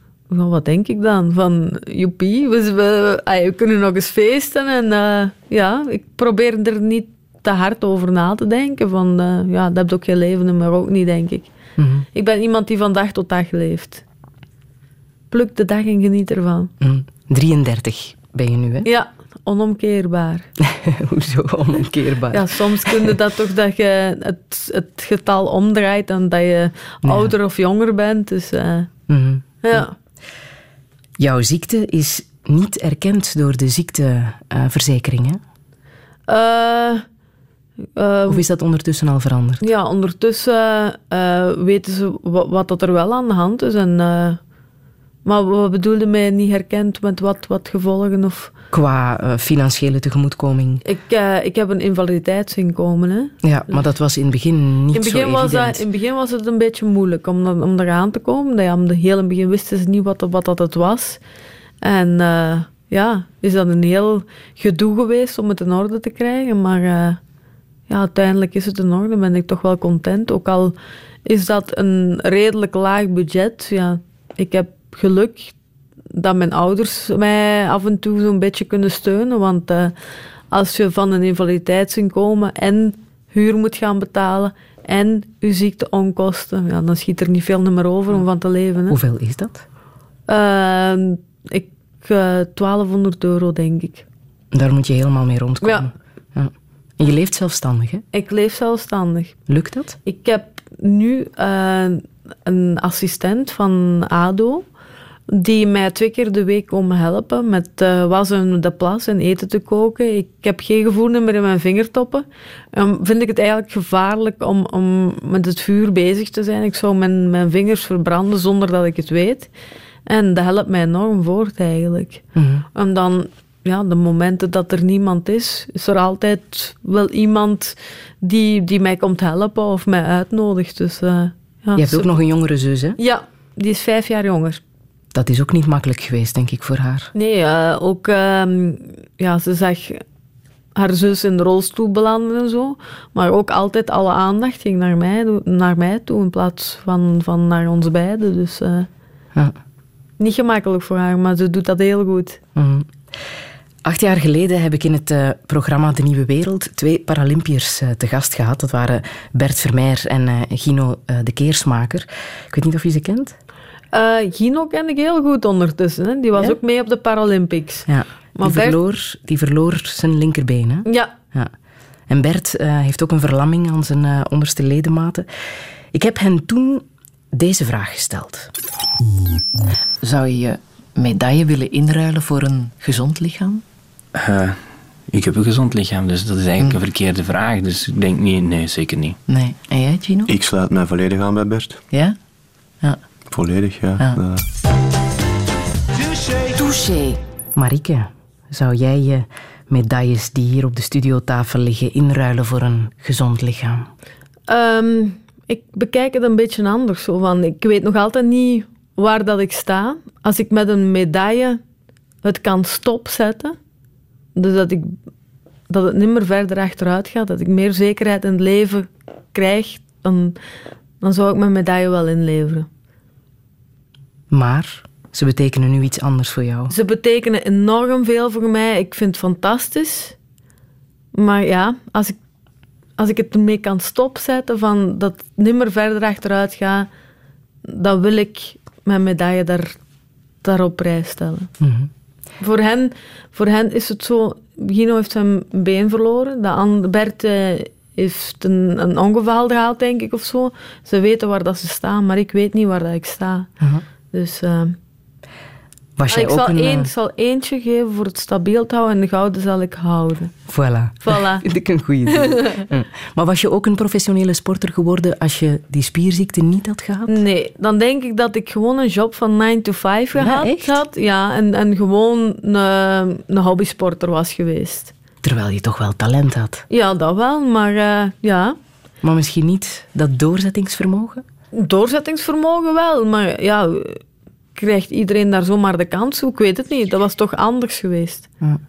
Van, joepie, we kunnen nog eens feesten. En ik probeer er niet te hard over na te denken. Van, dat heb ook geen leven, maar ook niet, denk ik. Mm-hmm. Ik ben iemand die van dag tot dag leeft. Pluk de dag en geniet ervan. 33 ben je nu, hè? Ja, onomkeerbaar. Hoezo onomkeerbaar? Ja, soms kun je dat toch dat je het getal omdraait en dat je ouder of jonger bent. Dus ja. Jouw ziekte is niet erkend door de ziekteverzekering, hè? Of is dat ondertussen al veranderd? Ja, ondertussen weten ze wat dat er wel aan de hand is. Maar wat bedoelde mij niet herkend met wat gevolgen? Of... Qua financiële tegemoetkoming? Ik heb een invaliditeitsinkomen. Hè? Ja, maar dat was in het begin niet zo evident. In het begin was het een beetje moeilijk om eraan te komen. Ja, om de hele begin wisten ze niet wat dat het was. En is dat een heel gedoe geweest om het in orde te krijgen. Maar uiteindelijk is het in orde. Ben ik toch wel content. Ook al is dat een redelijk laag budget. Ja, ik heb geluk dat mijn ouders mij af en toe zo'n beetje kunnen steunen. Want als je van een invaliditeitsinkomen en huur moet gaan betalen en je ziekteonkosten, dan schiet er niet veel meer over om van te leven. Hè. Hoeveel is dat? €1200, denk ik. Daar moet je helemaal mee rondkomen. Ja. En je leeft zelfstandig, hè? Ik leef zelfstandig. Lukt dat? Ik heb nu een assistent van ADO die mij 2 keer de week komen helpen met wassen de plas en eten te koken. Ik heb geen gevoel meer in mijn vingertoppen. Vind ik het eigenlijk gevaarlijk om met het vuur bezig te zijn. Ik zou mijn vingers verbranden zonder dat ik het weet. En dat helpt mij enorm voort eigenlijk. Mm-hmm. En dan, de momenten dat er niemand is er altijd wel iemand die mij komt helpen of mij uitnodigt. Dus, je hebt ook nog een jongere zus, hè? Ja, die is 5 jaar jonger. Dat is ook niet makkelijk geweest, denk ik, voor haar. Nee, ook... ze zag haar zus in de rolstoel belanden en zo. Maar ook altijd alle aandacht ging naar mij toe in plaats van naar ons beiden. Dus niet gemakkelijk voor haar, maar ze doet dat heel goed. Mm. 8 jaar geleden heb ik in het programma De Nieuwe Wereld 2 Paralympiërs te gast gehad. Dat waren Bert Vermeer en Gino de Keersmaker. Ik weet niet of je ze kent? Gino ken ik heel goed ondertussen. Hè. Die was ook mee op de Paralympics. Ja, maar die verloor zijn linkerbeen. Hè? Ja. En Bert heeft ook een verlamming aan zijn onderste ledematen. Ik heb hen toen deze vraag gesteld. Zou je je medaille willen inruilen voor een gezond lichaam? Ik heb een gezond lichaam, dus dat is eigenlijk een verkeerde vraag. Dus ik denk niet, nee, zeker niet. Nee. En jij, Gino? Ik sluit mij volledig aan bij Bert. Ja? Ja. Volledig, ja. Touché. Marieke, zou jij je medailles die hier op de studiotafel liggen inruilen voor een gezond lichaam? Ik bekijk het een beetje anders. Zo van, ik weet nog altijd niet waar dat ik sta. Als ik met een medaille het kan stopzetten, dus dat het niet meer verder achteruit gaat, dat ik meer zekerheid in het leven krijg, dan zou ik mijn medaille wel inleveren. Maar ze betekenen nu iets anders voor jou. Ze betekenen enorm veel voor mij. Ik vind het fantastisch. Maar ja, als ik het ermee kan stopzetten van dat het niet meer verder achteruit gaat, dan wil ik mijn medaille daar op prijs stellen. Mm-hmm. Voor hen is het zo... Gino heeft zijn been verloren. Bert heeft een ongeval gehad, denk ik, of zo. Ze weten waar dat ze staan, maar ik weet niet waar dat ik sta. Uh-huh. Dus... ik zal eentje geven voor het stabiel te houden en de gouden zal ik houden. Voilà. Vind ik een goeie zin. Maar was je ook een professionele sporter geworden als je die spierziekte niet had gehad? Nee, dan denk ik dat ik gewoon een job van 9 to 5 gehad had. Ja, en gewoon een hobbysporter was geweest. Terwijl je toch wel talent had? Ja, dat wel, maar ja. Maar misschien niet dat doorzettingsvermogen? Doorzettingsvermogen wel, maar ja... Krijgt iedereen daar zomaar de kans? Ik weet het niet. Dat was toch anders geweest. Ja.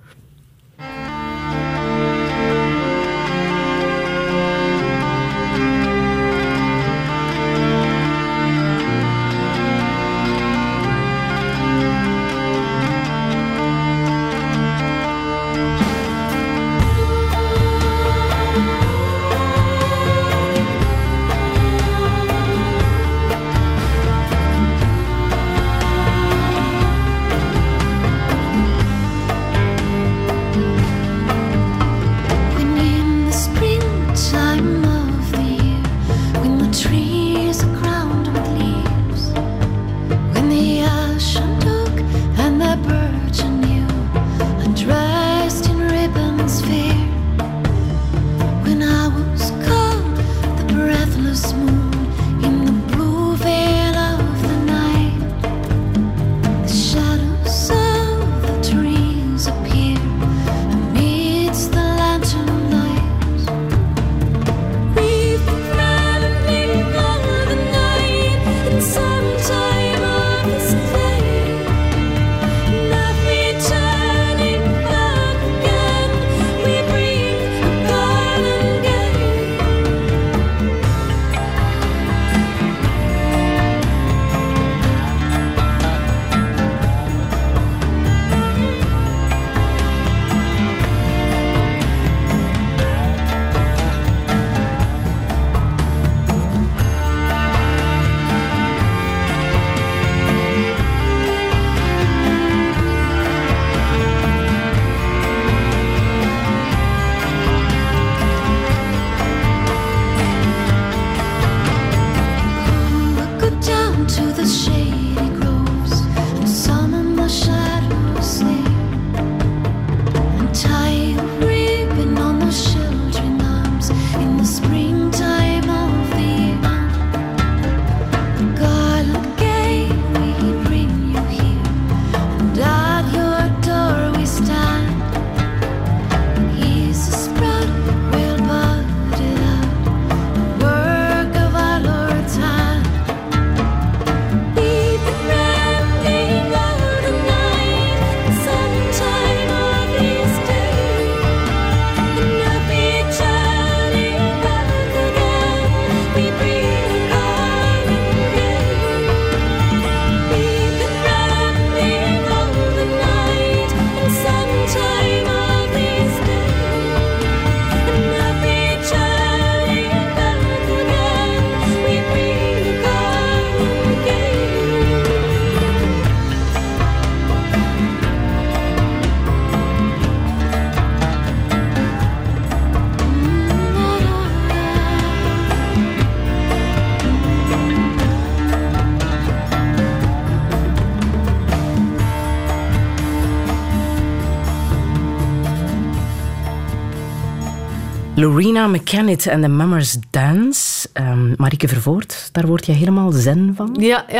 Lorena McKennitt en de Mummers Dance. Marieke Vervoort, daar word je helemaal zen van?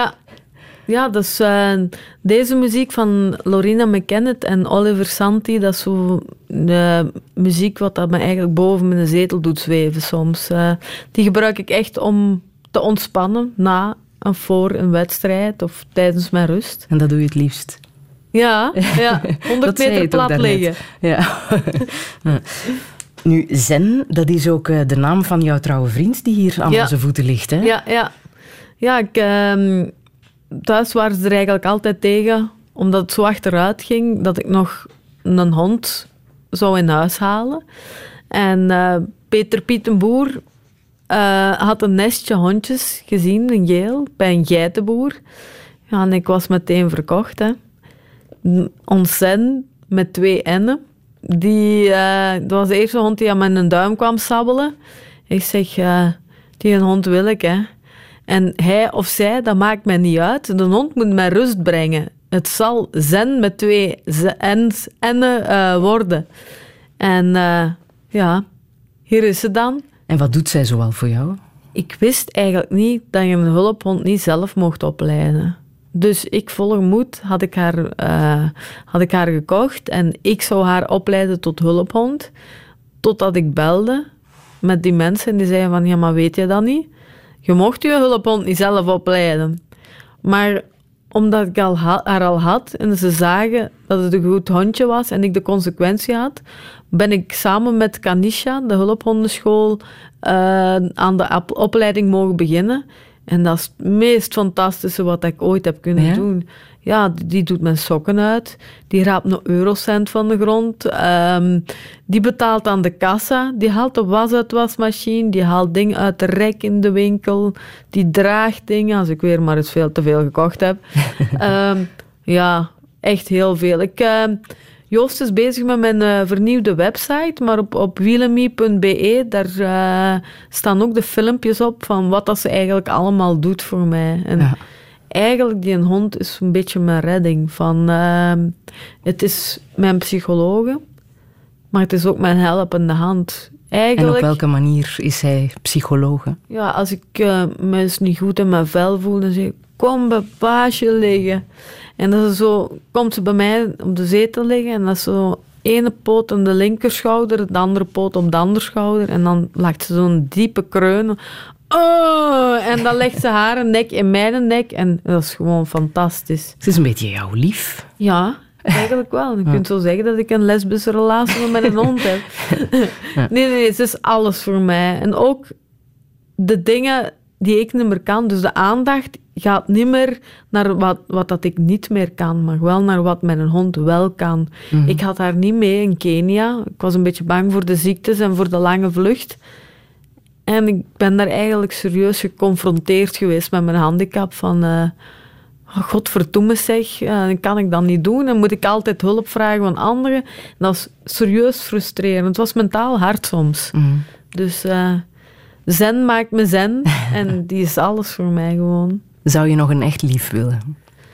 Ja, dus deze muziek van Lorena McKennitt en Oliver Santi, dat is zo muziek wat dat me eigenlijk boven mijn zetel doet zweven soms. Die gebruik ik echt om te ontspannen na en voor een wedstrijd of tijdens mijn rust. En dat doe je het liefst? Ja, 100 meter plat liggen. Ja. Nu, zen, dat is ook de naam van jouw trouwe vriend die hier aan onze voeten ligt, hè? Ja, thuis waren ze er eigenlijk altijd tegen, omdat het zo achteruit ging, dat ik nog een hond zou in huis halen. En Peter Piet den Boer had een nestje hondjes gezien, een geel, bij een geitenboer. Ja, en ik was meteen verkocht, hè. Ons zen met 2 N'en. Dat was de eerste hond die aan mijn duim kwam sabbelen. Ik zeg, die een hond wil ik, hè. En hij of zij, dat maakt mij niet uit. De hond moet mij rust brengen. Het zal zen met 2 N'en worden. En hier is ze dan. En wat doet zij zoal voor jou? Ik wist eigenlijk niet dat je een hulphond niet zelf mocht opleiden. Dus ik vol moed had ik haar gekocht en ik zou haar opleiden tot hulphond. Totdat ik belde met die mensen en die zeiden van, ja, maar weet je dat niet? Je mocht je hulphond niet zelf opleiden. Maar omdat ik haar al had en ze zagen dat het een goed hondje was en ik de consequentie had, ben ik samen met Kanisha, de hulphondenschool, aan de opleiding mogen beginnen. En dat is het meest fantastische wat ik ooit heb kunnen doen. Ja, die doet mijn sokken uit. Die raapt een eurocent van de grond. Die betaalt aan de kassa. Die haalt de was uit de wasmachine. Die haalt dingen uit de rek in de winkel. Die draagt dingen, als ik weer maar eens veel te veel gekocht heb. Ja, echt heel veel. Joost is bezig met mijn vernieuwde website, maar op wielemi.be, daar staan ook de filmpjes op van wat dat ze eigenlijk allemaal doet voor mij. En eigenlijk, die hond is een beetje mijn redding. Het is mijn psychologe, maar het is ook mijn helpende hand. Eigenlijk, en op welke manier is hij psychologe? Ja, als ik me eens niet goed in mijn vel voel, dan zeg ik, kom bij paasje liggen. En dan komt ze bij mij op de zetel liggen en dat is zo ene poot op de linkerschouder, de andere poot op de andere schouder en dan legt ze zo'n diepe kreun. Oh, en dan legt ze haar nek in mijn nek en dat is gewoon fantastisch. Ze is een beetje jouw lief. Ja, eigenlijk wel. Je kunt zo zeggen dat ik een lesbische relatie met een hond heb. Nee, het is alles voor mij. En ook de dingen die ik niet meer kan. Dus de aandacht gaat niet meer naar wat dat ik niet meer kan, maar wel naar wat mijn hond wel kan. Mm-hmm. Ik had haar niet mee in Kenia. Ik was een beetje bang voor de ziektes en voor de lange vlucht. En ik ben daar eigenlijk serieus geconfronteerd geweest met mijn handicap. Van, godverdomme zeg, kan ik dat niet doen? Dan moet ik altijd hulp vragen van anderen. Dat is serieus frustrerend. Het was mentaal hard soms. Mm-hmm. Dus zen maakt me zen. En die is alles voor mij gewoon. Zou je nog een echt lief willen?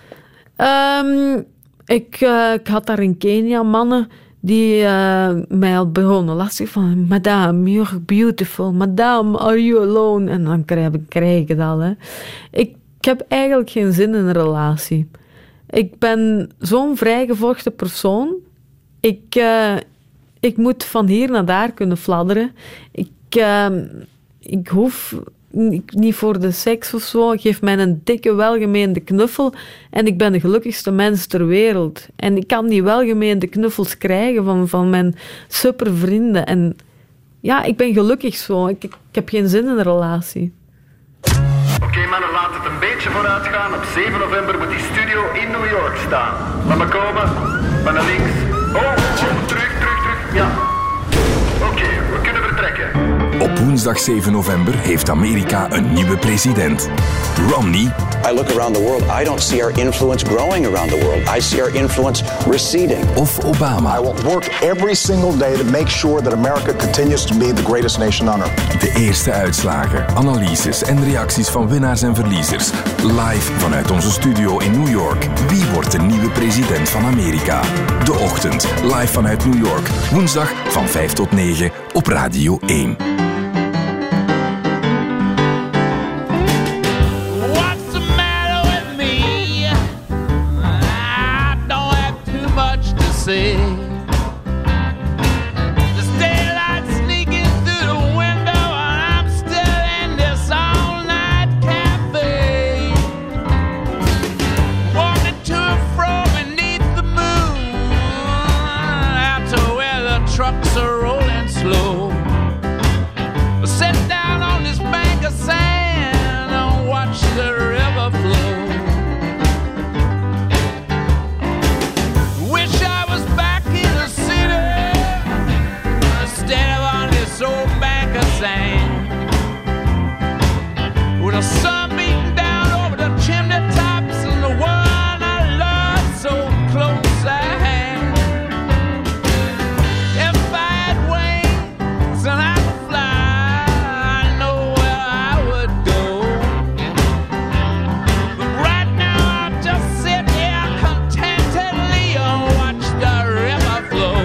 Ik had daar in Kenia mannen die mij al begonnen lastig van, madame, you're beautiful, madame, are you alone? En dan krijg ik het al. Hè. Ik heb eigenlijk geen zin in een relatie. Ik ben zo'n vrijgevochten persoon. Ik moet van hier naar daar kunnen fladderen. Ik hoef niet voor de seks of zo. Geef mij een dikke, welgemeende knuffel en ik ben de gelukkigste mens ter wereld. En ik kan die welgemeende knuffels krijgen van mijn supervrienden. En ja, ik ben gelukkig zo. Ik heb geen zin in een relatie. Oké, mannen, laat het een beetje vooruit gaan. Op 7 november moet die studio in New York staan. Laat me komen. Van naar links. Oh, terug. Ja. Oké, we kunnen vertrekken. Op woensdag 7 november heeft Amerika een nieuwe president. Romney. I look around the world, I don't see our influence growing around the world. I see our influence receding. Of Obama. I will work every single day to make sure that America continues to be the greatest nation on earth. De eerste uitslagen, analyses en reacties van winnaars en verliezers. Live vanuit onze studio in New York. Wie wordt de nieuwe president? president van Amerika. De Ochtend, live vanuit New York. Woensdag van 5 tot 9 op Radio 1. Say there's daylight sneaking through the window and I'm still in this all-night cafe, walking to and fro beneath the moon, out to where the trucks are rolling slow. Sit down on this bank of sand and watch the river flow. With the sun beating down over the chimney tops and the one I love so close at hand. If I had wings and I could fly, I know where I would go. But right now I'll just sit here contentedly and watch the river flow.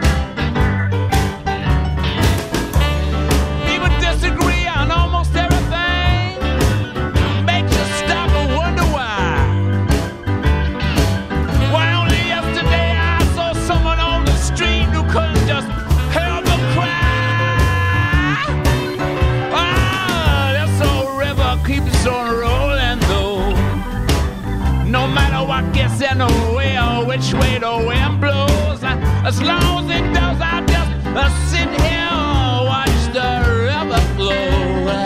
Anywhere, which way the wind blows, as long as it does, I'll just sit here and watch the river flow.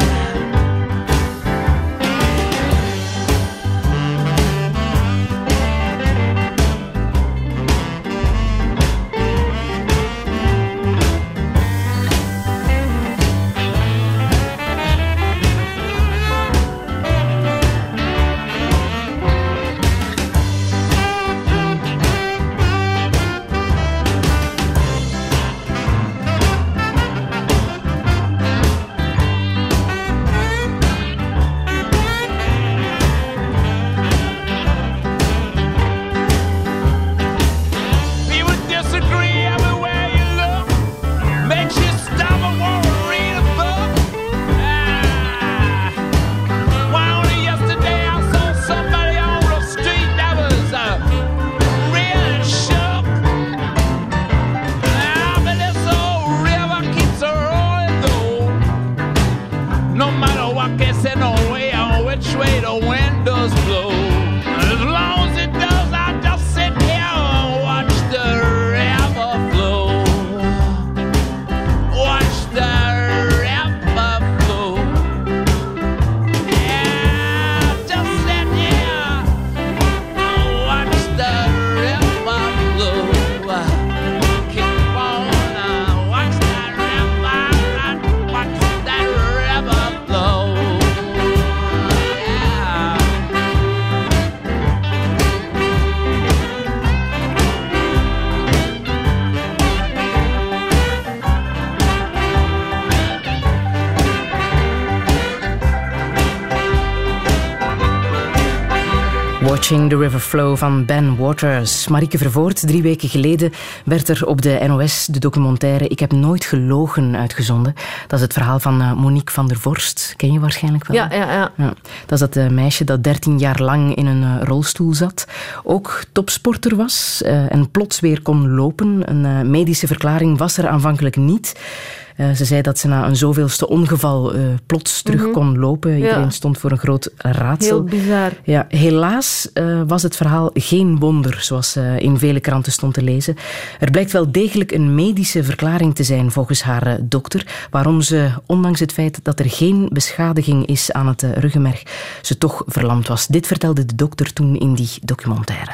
Watching the River Flow van Ben Waters. Marieke Vervoort, 3 weken geleden werd er op de NOS de documentaire Ik heb nooit gelogen uitgezonden. Dat is het verhaal van Monique van der Vorst. Ken je waarschijnlijk wel? Ja. Dat is dat meisje dat 13 jaar lang in een rolstoel zat. Ook topsporter was en plots weer kon lopen. Een medische verklaring was er aanvankelijk niet. Ze zei dat ze na een zoveelste ongeval plots terug kon lopen. Iedereen stond voor een groot raadsel. Heel bizar. Ja, helaas was het verhaal geen wonder, zoals in vele kranten stond te lezen. Er blijkt wel degelijk een medische verklaring te zijn volgens haar dokter, waarom ze, ondanks het feit dat er geen beschadiging is aan het ruggenmerg, ze toch verlamd was. Dit vertelde de dokter toen in die documentaire.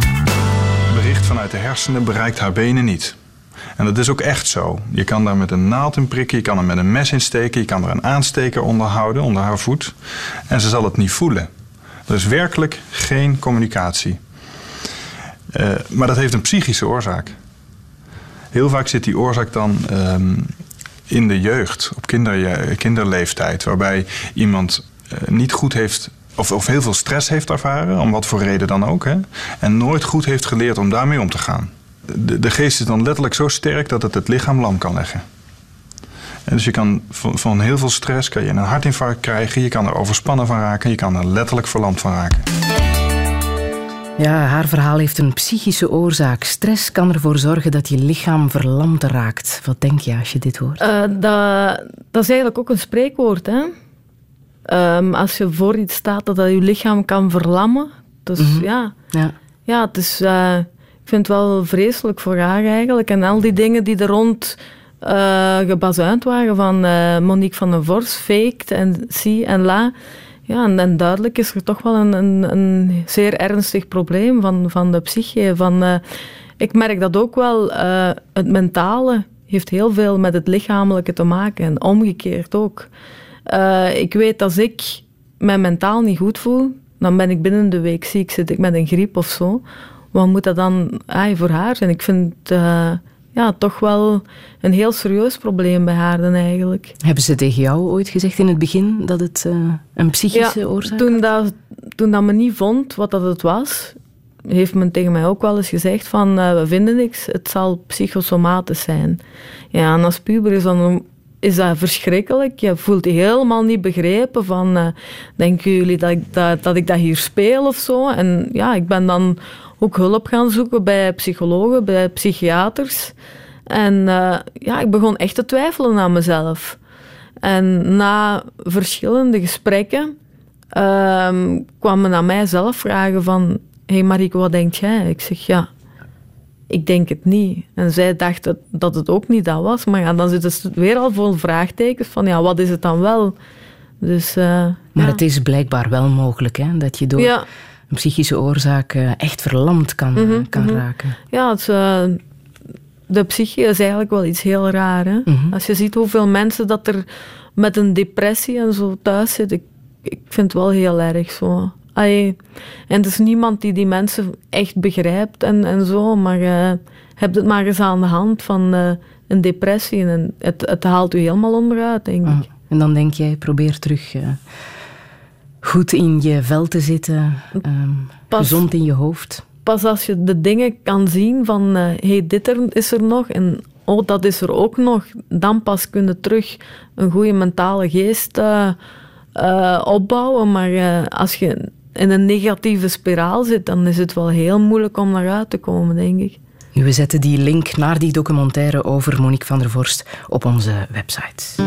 Bericht vanuit de hersenen bereikt haar benen niet. En dat is ook echt zo. Je kan daar met een naald in prikken, je kan er met een mes in steken, je kan er een aansteker onder houden, onder haar voet. En ze zal het niet voelen. Er is werkelijk geen communicatie. Maar dat heeft een psychische oorzaak. Heel vaak zit die oorzaak dan in de jeugd, op kinderleeftijd, waarbij iemand niet goed heeft of heel veel stress heeft ervaren, om wat voor reden dan ook. Hè, en nooit goed heeft geleerd om daarmee om te gaan. De geest is dan letterlijk zo sterk dat het lichaam lam kan leggen. En dus je kan van heel veel stress kan je een hartinfarct krijgen. Je kan er overspannen van raken. Je kan er letterlijk verlamd van raken. Ja, haar verhaal heeft een psychische oorzaak. Stress kan ervoor zorgen dat je lichaam verlamd raakt. Wat denk je als je dit hoort? Dat is eigenlijk ook een spreekwoord, hè? Als je voor iets staat dat je lichaam kan verlammen. Dus ja, het is... ik vind het wel vreselijk voor haar eigenlijk. En al die dingen die er rond gebazuind waren van Monique van den Vorst, faked en si en la. Ja, en duidelijk is er toch wel een zeer ernstig probleem van de psyche. Ik merk dat ook wel. Het mentale heeft heel veel met het lichamelijke te maken. En omgekeerd ook. Ik weet als ik mij mentaal niet goed voel, dan ben ik binnen de week ziek. Zit ik met een griep of zo. Wat moet dat dan voor haar zijn? Ik vind toch wel een heel serieus probleem bij haar dan eigenlijk. Hebben ze tegen jou ooit gezegd in het begin dat het een psychische oorzaak was? Toen dat men niet vond wat dat het was, heeft men tegen mij ook wel eens gezegd van we vinden niks, het zal psychosomatisch zijn. Ja, en als puber is dat verschrikkelijk. Je voelt je helemaal niet begrepen van denken jullie dat ik dat hier speel of zo? En ja, ik ben dan ook hulp gaan zoeken bij psychologen, bij psychiaters. En ik begon echt te twijfelen aan mezelf. En na verschillende gesprekken kwam men aan mij zelf vragen van hey Marieke, wat denk jij? Ik zeg ik denk het niet. En zij dacht dat het ook niet dat was. Maar dan zit het weer al vol vraagtekens van wat is het dan wel? Dus, maar het is blijkbaar wel mogelijk hè, dat je door een psychische oorzaak echt verlamd kan raken. Ja, de psyche is eigenlijk wel iets heel raar. Hè? Als je ziet hoeveel mensen dat er met een depressie en zo thuis zitten, ik vind het wel heel erg zo. En het is niemand die mensen echt begrijpt en zo, maar heb het maar eens aan de hand van een depressie en het haalt u helemaal onderuit, denk ik. En dan denk jij, probeer terug goed in je vel te zitten, gezond in je hoofd. Pas als je de dingen kan zien van dit is er nog en dat is er ook nog, dan pas kun je terug een goede mentale geest opbouwen. Maar als je in een negatieve spiraal zit, dan is het wel heel moeilijk om daaruit te komen, denk ik. We zetten die link naar die documentaire over Monique van der Vorst op onze website.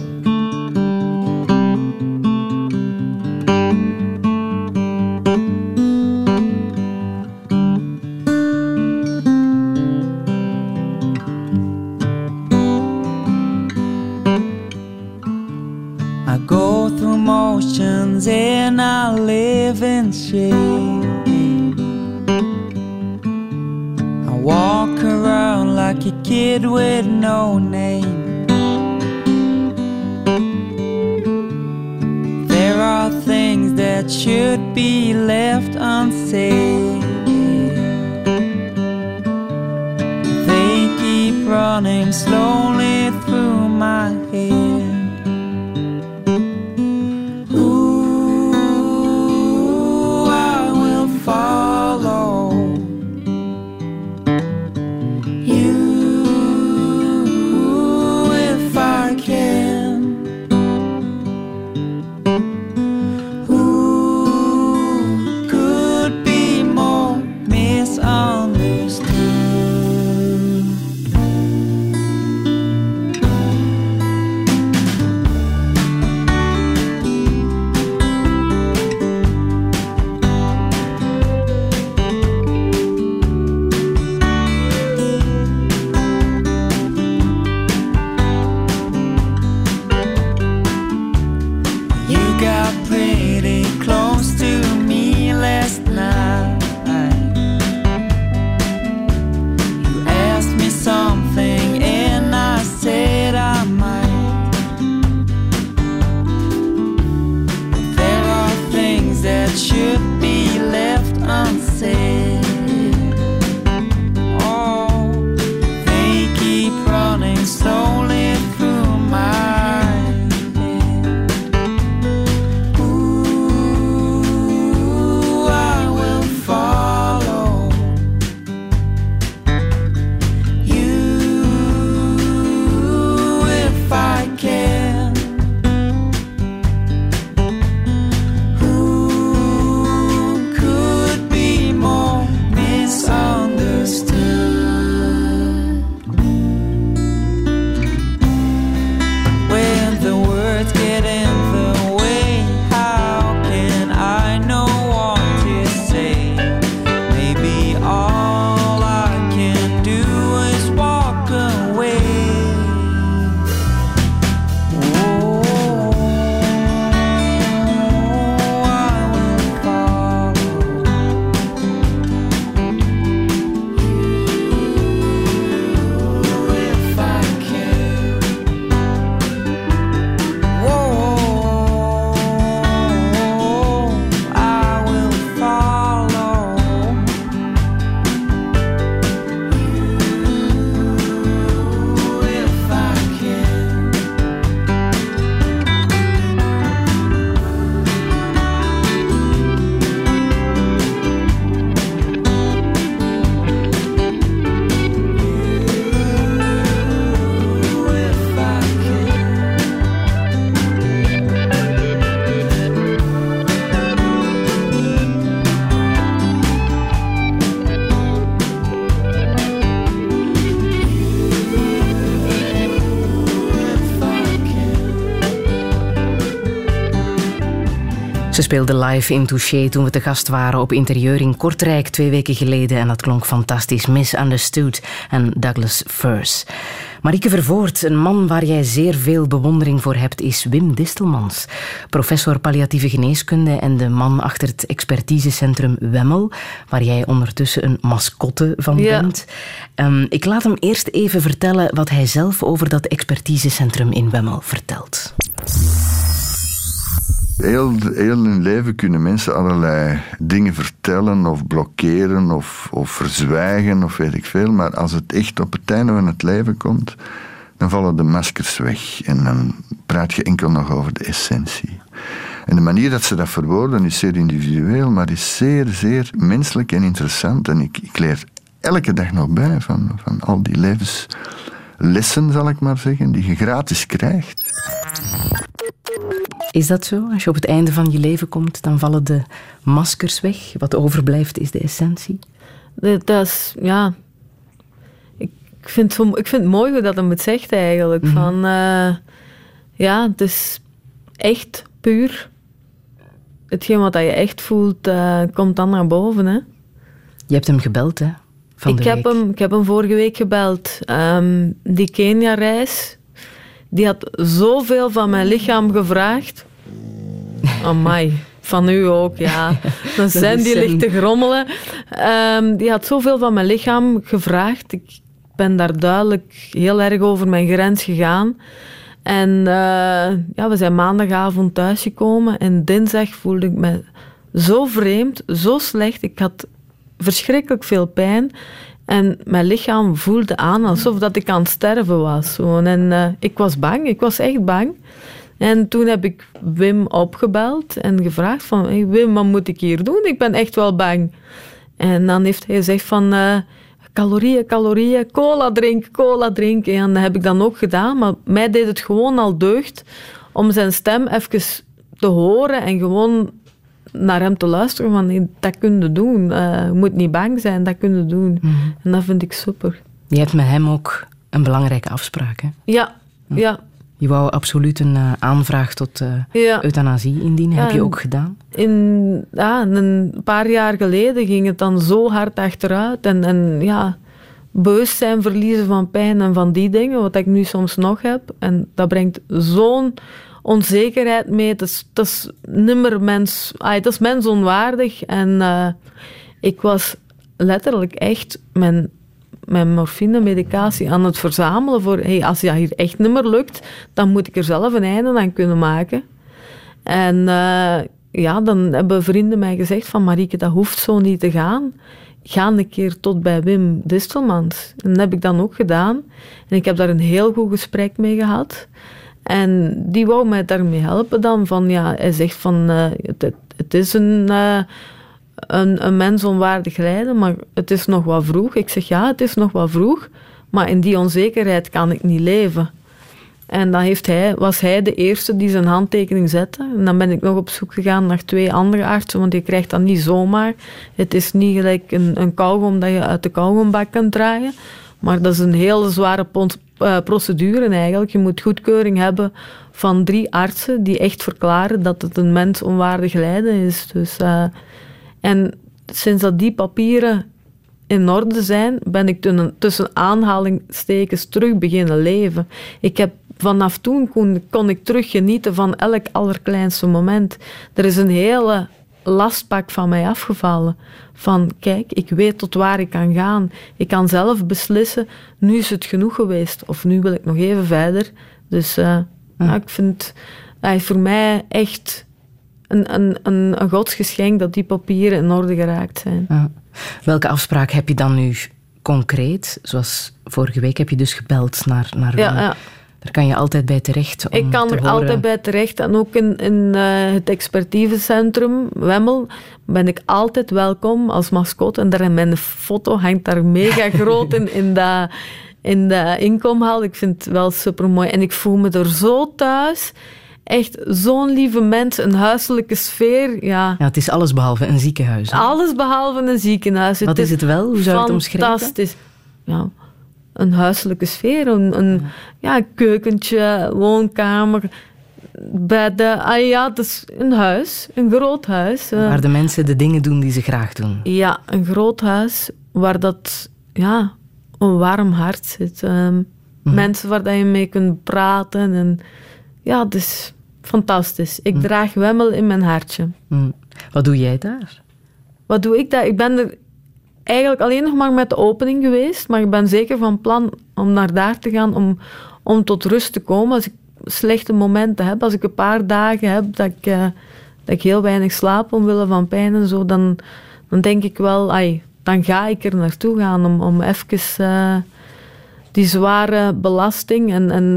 I go through motions and I live in shame. I walk around like a kid with no name. There are things that should be left unsaid. They keep running slowly through my head. Follow you if I can. Who could be more misunderstood? Ze speelde live in Touché toen we te gast waren op Interieur in Kortrijk 2 weken geleden. En dat klonk fantastisch. Misunderstood en Douglas Furs. Marieke Vervoort, een man waar jij zeer veel bewondering voor hebt, is Wim Distelmans. Professor palliatieve geneeskunde en de man achter het expertisecentrum Wemmel, waar jij ondertussen een mascotte van bent. Ik laat hem eerst even vertellen wat hij zelf over dat expertisecentrum in Wemmel vertelt. Heel hun leven kunnen mensen allerlei dingen vertellen of blokkeren of verzwijgen of weet ik veel. Maar als het echt op het einde van het leven komt, dan vallen de maskers weg. En dan praat je enkel nog over de essentie. En de manier dat ze dat verwoorden is zeer individueel, maar is zeer, zeer menselijk en interessant. En ik leer elke dag nog bij van al die levenslessen, zal ik maar zeggen, die je gratis krijgt. Is dat zo? Als je op het einde van je leven komt, dan vallen de maskers weg. Wat overblijft is de essentie. Dat is, ja... Ik vind het mooi hoe dat hem het zegt eigenlijk. Van, ja, het is echt puur. Hetgeen wat je echt voelt, komt dan naar boven. Hè? Je hebt hem gebeld, hè? Ik heb hem vorige week gebeld. Die Kenia-reis... Die had zoveel van mijn lichaam gevraagd. Amai, van u ook, ja. Dan zijn die ligt te grommelen. Die had zoveel van mijn lichaam gevraagd. Ik ben daar duidelijk heel erg over mijn grens gegaan. En we zijn maandagavond thuisgekomen. En dinsdag voelde ik me zo vreemd, zo slecht. Ik had verschrikkelijk veel pijn. En mijn lichaam voelde aan alsof dat ik aan het sterven was. En ik was bang, ik was echt bang. En toen heb ik Wim opgebeld en gevraagd van... Hey Wim, wat moet ik hier doen? Ik ben echt wel bang. En dan heeft hij gezegd van... calorieën, cola drinken. En dat heb ik dan ook gedaan. Maar mij deed het gewoon al deugd om zijn stem even te horen en gewoon... naar hem te luisteren van, hey, dat kun je doen. Je moet niet bang zijn, dat kun je doen. Mm-hmm. En dat vind ik super. Je hebt met hem ook een belangrijke afspraak, hè? Ja. Je wou absoluut een aanvraag tot euthanasie indienen. Heb je ook gedaan? Een paar jaar geleden ging het dan zo hard achteruit. En bewustzijn verliezen van pijn en van die dingen, wat ik nu soms nog heb. En dat brengt zo'n onzekerheid mee. Dat is nimmer dat is mensonwaardig. En ik was letterlijk echt mijn morfine-medicatie aan het verzamelen voor... Hey, als dat hier echt niet meer lukt, dan moet ik er zelf een einde aan kunnen maken. En dan hebben vrienden mij gezegd van... Marieke, dat hoeft zo niet te gaan. Ga een keer tot bij Wim Distelmans. En dat heb ik dan ook gedaan. En ik heb daar een heel goed gesprek mee gehad... En die wou mij daarmee helpen dan. Hij zegt van, het is een mensonwaardig lijden, maar het is nog wat vroeg. Ik zeg, ja, het is nog wat vroeg, maar in die onzekerheid kan ik niet leven. En dan was hij de eerste die zijn handtekening zette. En dan ben ik nog op zoek gegaan naar 2 andere artsen, want je krijgt dat niet zomaar. Het is niet gelijk een kauwgom dat je uit de kauwgombak kan draaien. Maar dat is een hele zware procedure eigenlijk. Je moet goedkeuring hebben van 3 artsen die echt verklaren dat het een mensonwaardig lijden is. Dus, en sinds dat die papieren in orde zijn, ben ik tussen aanhalingstekens terug beginnen leven. Vanaf toen kon ik terug genieten van elk allerkleinste moment. Er is een hele lastpak van mij afgevallen. Van, kijk, ik weet tot waar ik kan gaan. Ik kan zelf beslissen, nu is het genoeg geweest. Of nu wil ik nog even verder. Dus ik vind voor mij echt een godsgeschenk dat die papieren in orde geraakt zijn. Ja. Welke afspraak heb je dan nu concreet? Zoals vorige week heb je dus gebeld naar ja. Daar kan je altijd bij terecht. Ik kan er altijd bij terecht. En ook in het expertisecentrum Wemmel ben ik altijd welkom als mascotte. En daar mijn foto hangt daar mega groot in de inkomhal. Ik vind het wel supermooi. En ik voel me er zo thuis. Echt zo'n lieve mens, een huiselijke sfeer. Ja, het is alles behalve een ziekenhuis. Hè? Alles behalve een ziekenhuis. Wat is het wel? Hoe zou je het omschrijven? Fantastisch. Ja, een huiselijke sfeer. Een keukentje, woonkamer. Het is een huis, een groot huis. Waar de mensen de dingen doen die ze graag doen. Ja, een groot huis waar dat, een warm hart zit. Mensen waar dat je mee kunt praten. En, het is fantastisch. Ik draag Wemmel in mijn hartje. Wat doe jij daar? Wat doe ik daar? Ik ben er eigenlijk alleen nog maar met de opening geweest, maar ik ben zeker van plan om naar daar te gaan om tot rust te komen. Als ik slechte momenten heb, als ik een paar dagen heb dat ik heel weinig slaap omwille van pijn en zo, dan denk ik wel, dan ga ik er naartoe gaan om even die zware belasting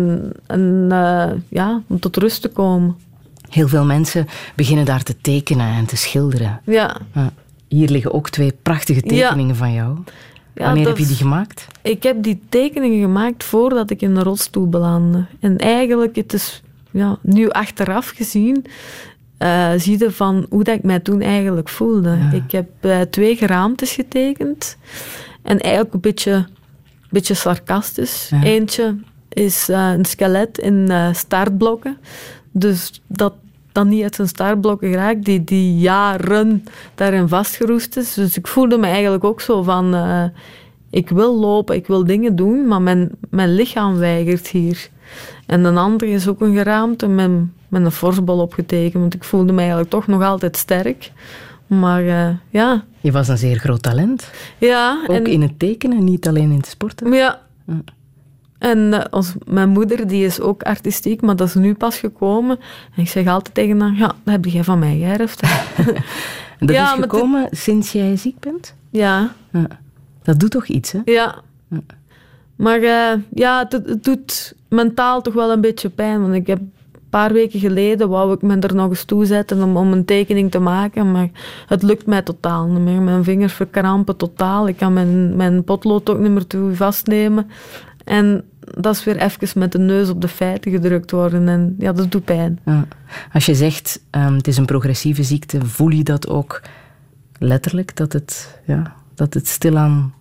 om tot rust te komen. Heel veel mensen beginnen daar te tekenen en te schilderen. Ja. Hier liggen ook 2 prachtige tekeningen van jou. Wanneer heb je die gemaakt? Ik heb die tekeningen gemaakt voordat ik in de rolstoel belandde. En eigenlijk, het is nu achteraf gezien, zie je van hoe dat ik mij toen eigenlijk voelde. Ja. Ik heb 2 geraamtes getekend. En eigenlijk een beetje sarcastisch. Ja. Eentje is een skelet in startblokken. Dus dat dan niet uit zijn startblokken geraakt, die jaren daarin vastgeroest is. Dus ik voelde me eigenlijk ook zo van, ik wil lopen, ik wil dingen doen, maar mijn lichaam weigert hier. En een andere is ook een geraamte met een forsbal opgetekend, want ik voelde me eigenlijk toch nog altijd sterk. Maar Je was een zeer groot talent. Ja. Ook in het tekenen, niet alleen in het sporten. Ja. En mijn moeder, die is ook artistiek, maar dat is nu pas gekomen. En ik zeg altijd tegen haar, dat heb jij van mij geërfd. Dat is gekomen sinds jij ziek bent? Ja. Dat doet toch iets, hè? Ja. Maar het doet mentaal toch wel een beetje pijn. Want ik heb een paar weken geleden, wou ik me er nog eens toe zetten om een tekening te maken. Maar het lukt mij totaal niet meer. Mijn vingers verkrampen totaal. Ik kan mijn potlood ook niet meer toe vastnemen. En dat is weer even met de neus op de feiten gedrukt worden. En dat doet pijn. Ja. Als je zegt, het is een progressieve ziekte, voel je dat ook letterlijk? Dat het stilaan...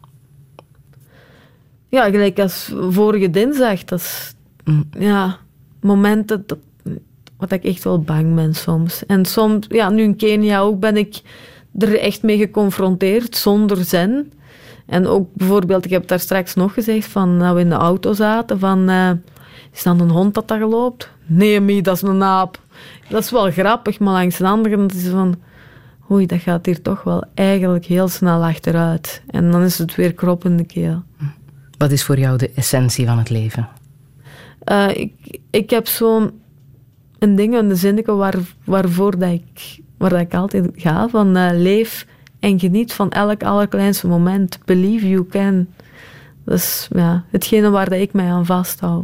Ja, gelijk als vorige dinsdag. Dat is momenten waar ik echt wel bang ben soms. En soms, nu in Kenia ook, ben ik er echt mee geconfronteerd, zonder zen. En ook bijvoorbeeld, ik heb daar straks nog gezegd, van we in de auto zaten, van is dan een hond dat daar loopt? Nee, Mie, dat is een aap. Dat is wel grappig, maar langs de andere kant is het van, oei, dat gaat hier toch wel eigenlijk heel snel achteruit. En dan is het weer krop in de keel. Wat is voor jou de essentie van het leven? Ik heb zo'n ding, een zinnetje waarvoor waar ik altijd ga, van leef en geniet van elk allerkleinste moment. Believe you can. Dat is hetgene waar dat ik mij aan vasthoud.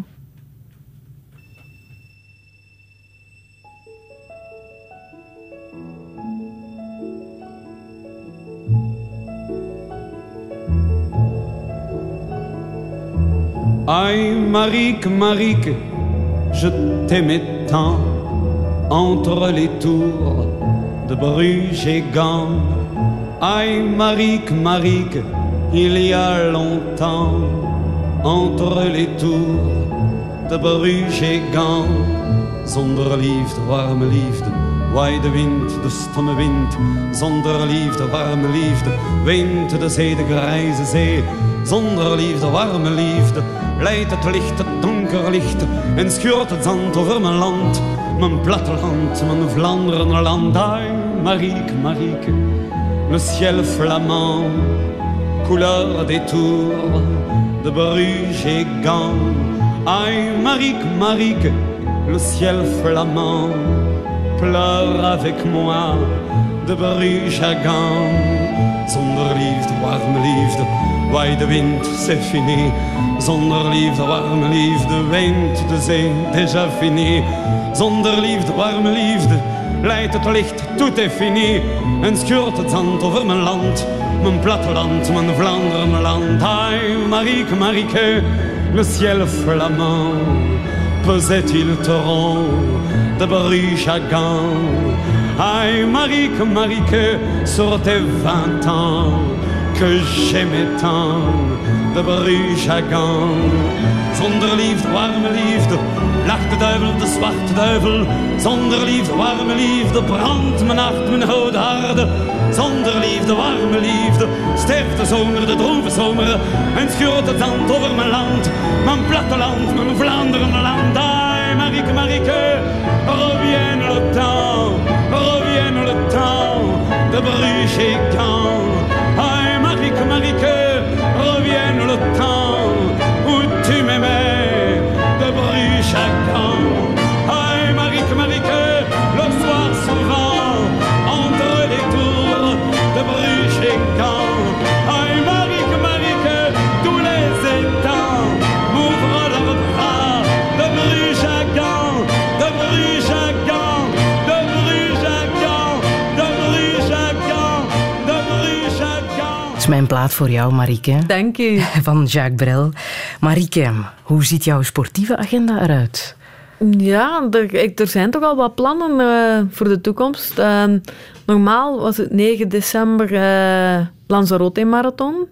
Aïe, Marique, Marique, je t'aimais tant entre les tours de Bruges et Gand. Aïe, Marique, Marique, il y a longtemps entre les tours de Bruges et Gand. Zonder liefde, warme liefde, waai de wind, de stomme wind. Zonder liefde, warme liefde, wint de zee, de grijze zee. Zonder liefde, warme liefde, leidt het licht, het donker licht. En schuurt het zand over mijn land, mijn platteland, mijn Vlaanderenland. Aïe, Marique, Marique, le ciel flamand, couleur des tours de Bruges et Gand. Aïe, Marique, Marique, le ciel flamand, pleure avec moi de Bruges à Gand. Zonder liefde, warme liefde, waai de wind, c'est fini. Zonder liefde, warme liefde, wint de zee, déjà fini. Zonder liefde, warme liefde, leidt het licht, tout est fini. En schuurt het zand over mijn land, mijn platteland, mijn Vlaanderenland. Aïe, Marique, Marique, le ciel flamand, pesait-il torrent de Bruges à Gand. Aïe, Marique, Marique, sur tes 20 ans, que j'aimais tant, de Bruges à Gand. Zonder liefde, warme liefde, lacht de duivel, de zwarte duivel. Zonder liefde, warme liefde, brandt mijn hart, mijn oude harde. Zonder liefde, warme liefde, sterft de zomer, de droeve zomer. En schuurt het zand over mijn land, mijn platteland, mijn Vlaanderen land. Ai, Marieke, Marieke, revienne le temps, de Bruges et Gand. Ai, Marieke, Marieke, revienne le temps où tu m'aimais, de Bruges à Gand. Ai, Marieke, Marieke, le soir souvent, entre les tours de Bruges et Gand. Ai, Marieke, Marieke, tous les étangs m'ouvrent leurs bras, de Bruges à Gand, de Bruges à Gand, de Bruges à Gand, de Bruges à Gand, de Bruges à Gand. Het is mijn plaat voor jou, Marieke. Dank u. Van Jacques Brel. Marieke, hoe ziet jouw sportieve agenda eruit? Ja, er zijn toch al wat plannen voor de toekomst. Normaal was het 9 december Lanzarote-marathon.